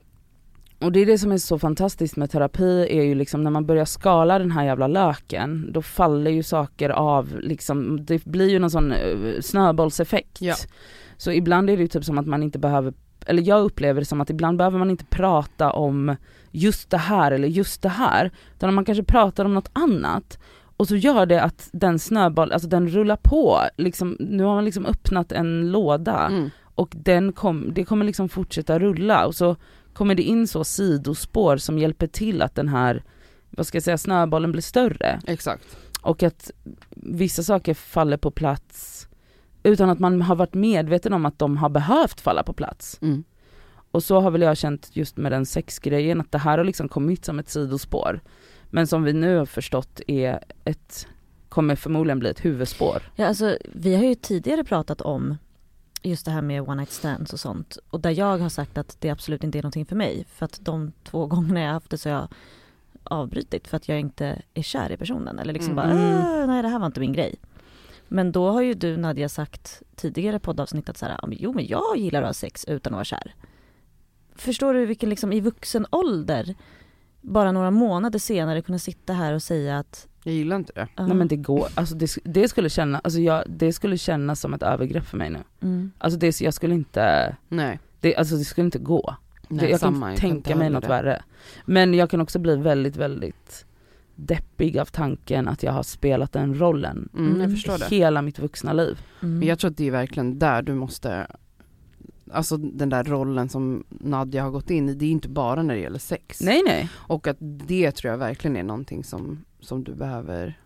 och det är det som är så fantastiskt med terapi, är ju liksom när man börjar skala den här jävla löken, då faller ju saker av, liksom, det blir ju någon sån snöbollseffekt. Ja. Så ibland är det ju typ som att man inte behöver, eller jag upplever det som att ibland behöver man inte prata om just det här eller just det här, utan man kanske pratar om något annat. Och så gör det att den snöboll, alltså den rullar på, liksom, nu har man liksom öppnat en låda mm. och den kom, det kommer liksom fortsätta rulla och så kommer det in så sidospår som hjälper till att den här, vad ska jag säga, snöbollen blir större. Exakt. Och att vissa saker faller på plats utan att man har varit medveten om att de har behövt falla på plats. Mm. Och så har väl jag känt just med den sexgrejen, att det här har liksom kommit som ett sidospår. Men som vi nu har förstått är ett, kommer förmodligen bli ett huvudspår. Ja, alltså, vi har ju tidigare pratat om just det här med one night stands och sånt. Och där jag har sagt att det absolut inte är någonting för mig. För att de två gångerna jag haft det så har jag avbrytit för att jag inte är kär i personen. Eller liksom mm. bara, äh, nej det här var inte min grej. Men då har ju du, Nadia, sagt tidigare poddavsnitt att så här, jo men jag gillar att ha sex utan att vara kär. Förstår du vilken liksom i vuxen ålder, bara några månader senare, kunna sitta här och säga att jag gillar inte det. Uh-huh. Nej men det går, alltså det, det skulle känna, alltså jag, det skulle kännas som ett övergrepp för mig nu. Mm. Alltså det, jag skulle inte, nej. Det, alltså det skulle inte gå. Nej, det, jag samma, kan jag tänka kan mig något det. värre. Men jag kan också bli väldigt, väldigt deppig av tanken att jag har spelat den rollen. Mm, Mm. jag förstår det. Hela mitt vuxna liv. Mm. Men jag tror att det är verkligen där du måste, alltså den där rollen som Nadia har gått in i, det är inte bara när det gäller sex. Nej, nej. Och att det tror jag verkligen är någonting som, som du behöver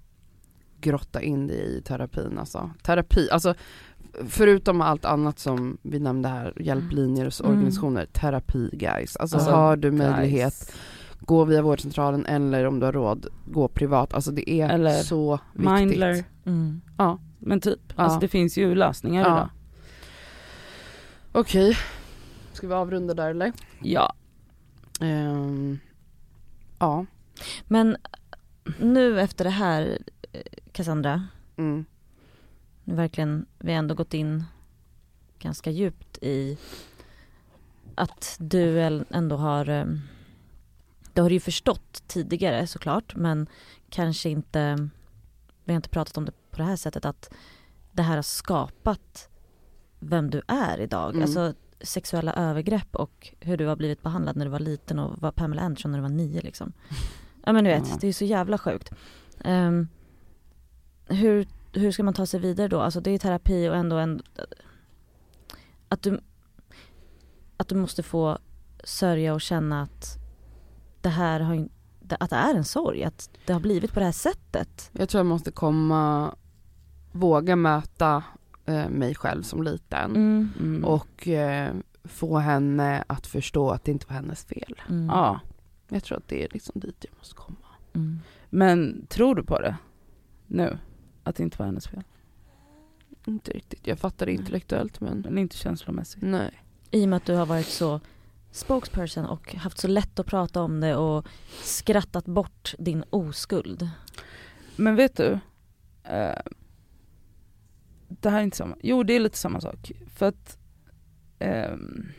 grotta in dig i terapin. Alltså. Terapi, alltså förutom allt annat som vi nämnde här, hjälplinjer och Mm. organisationer, terapi guys. Alltså, Alltså, har du möjlighet, guys. gå via vårdcentralen eller om du har råd, gå privat. Alltså det är Eller så viktigt. Mindler. Mm. Ja. Men typ, Ja. alltså det finns ju lösningar Ja. idag. Okej, ska vi avrunda där eller? Ja. Um, ja. Men nu efter det här, Cassandra, Mm. nu verkligen, vi har ändå gått in ganska djupt i att du ändå har, det har du ju förstått tidigare såklart, men kanske inte, vi har inte pratat om det på det här sättet, att det här har skapat vem du är idag. Mm. Alltså sexuella övergrepp och hur du har blivit behandlad när du var liten och var Pamela Anderson när du var nio liksom. Ja men du vet, Ja. det är så jävla sjukt. Um, hur, hur ska man ta sig vidare då? Alltså det är terapi och ändå en, att du att du måste få sörja och känna att det här har, att det är en sorg, att det har blivit på det här sättet. Jag tror jag måste komma, våga möta eh, mig själv som liten. Mm. Mm. Och eh, få henne att förstå att det inte var hennes fel. Mm. Ja. Jag tror att det är liksom dit jag måste komma. Mm. Men tror du på det nu? Att det inte var hennes fel? Inte riktigt. Jag fattar det intellektuellt men Men inte känslomässigt. nej. I och med att du har varit så spokesperson och haft så lätt att prata om det och skrattat bort din oskuld. Men vet du, eh, det här är inte samma. Jo, det är lite samma sak. För att eh,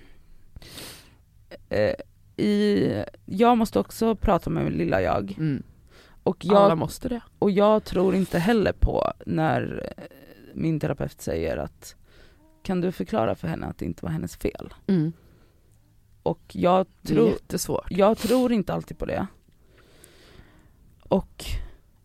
eh, i, jag måste också prata med min lilla jag. Mm. Och jag, Alla måste det. Och jag tror inte heller på när min terapeut säger att kan du förklara för henne att det inte var hennes fel? Mm. Och jag Det är tror, jättesvårt. jag tror inte alltid på det. Och,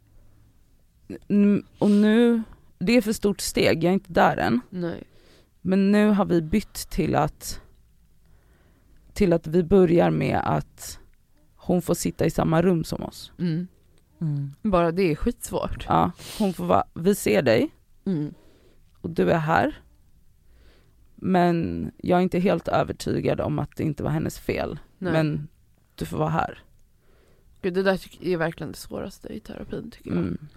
och nu, det är för stort steg, jag är inte där än. Nej. Men nu har vi bytt till att till att vi börjar med att hon får sitta i samma rum som oss. Mm. Mm. Bara det är skitsvårt. Ja, hon får vara, vi ser dig Mm. och du är här. Men jag är inte helt övertygad om att det inte var hennes fel. Nej. Men du får vara här. Gud, det där tyck- är verkligen det svåraste i terapin tycker jag. Mm.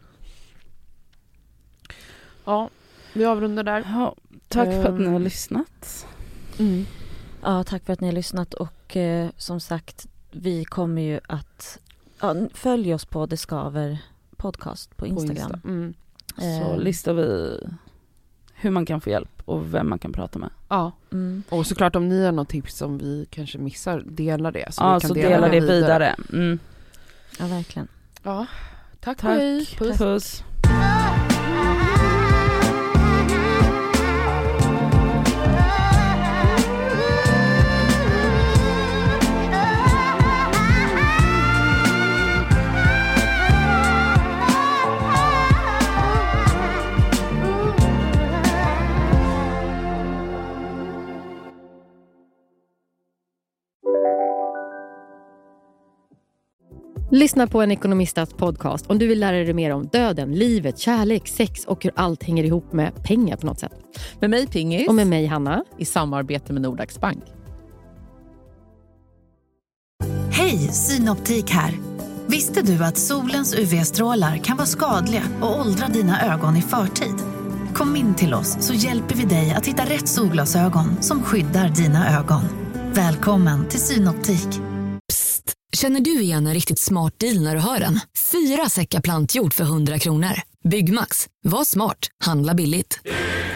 Ja, vi avrundar där. Ja, tack för att ni har Um. lyssnat. Mm. Ja, tack för att ni har lyssnat och eh, som sagt, vi kommer ju att ja, följ oss på Det Skaver podcast på Instagram. På Insta. Mm. Så Eh, listar vi hur man kan få hjälp och vem man kan prata med. Ja, mm. och såklart om ni har något tips som vi kanske missar, dela det. Så Ja, vi kan så dela det vidare. Mm. Ja, verkligen. Ja, tack, Tack. och hej. Puss. Puss. Lyssna på en ekonomistats podcast om du vill lära dig mer om döden, livet, kärlek, sex och hur allt hänger ihop med pengar på något sätt. Med mig Pingis. Och med mig Hanna. I samarbete med Nordax Bank. Hej, Synoptik här. Visste du att solens U V-strålar kan vara skadliga och åldra dina ögon i förtid? Kom in till oss så hjälper vi dig att hitta rätt solglasögon som skyddar dina ögon. Välkommen till Synoptik. Psst, känner du igen en riktigt smart deal när du hör den? Fyra säckar plantjord för hundra kronor. Byggmax, var smart, handla billigt.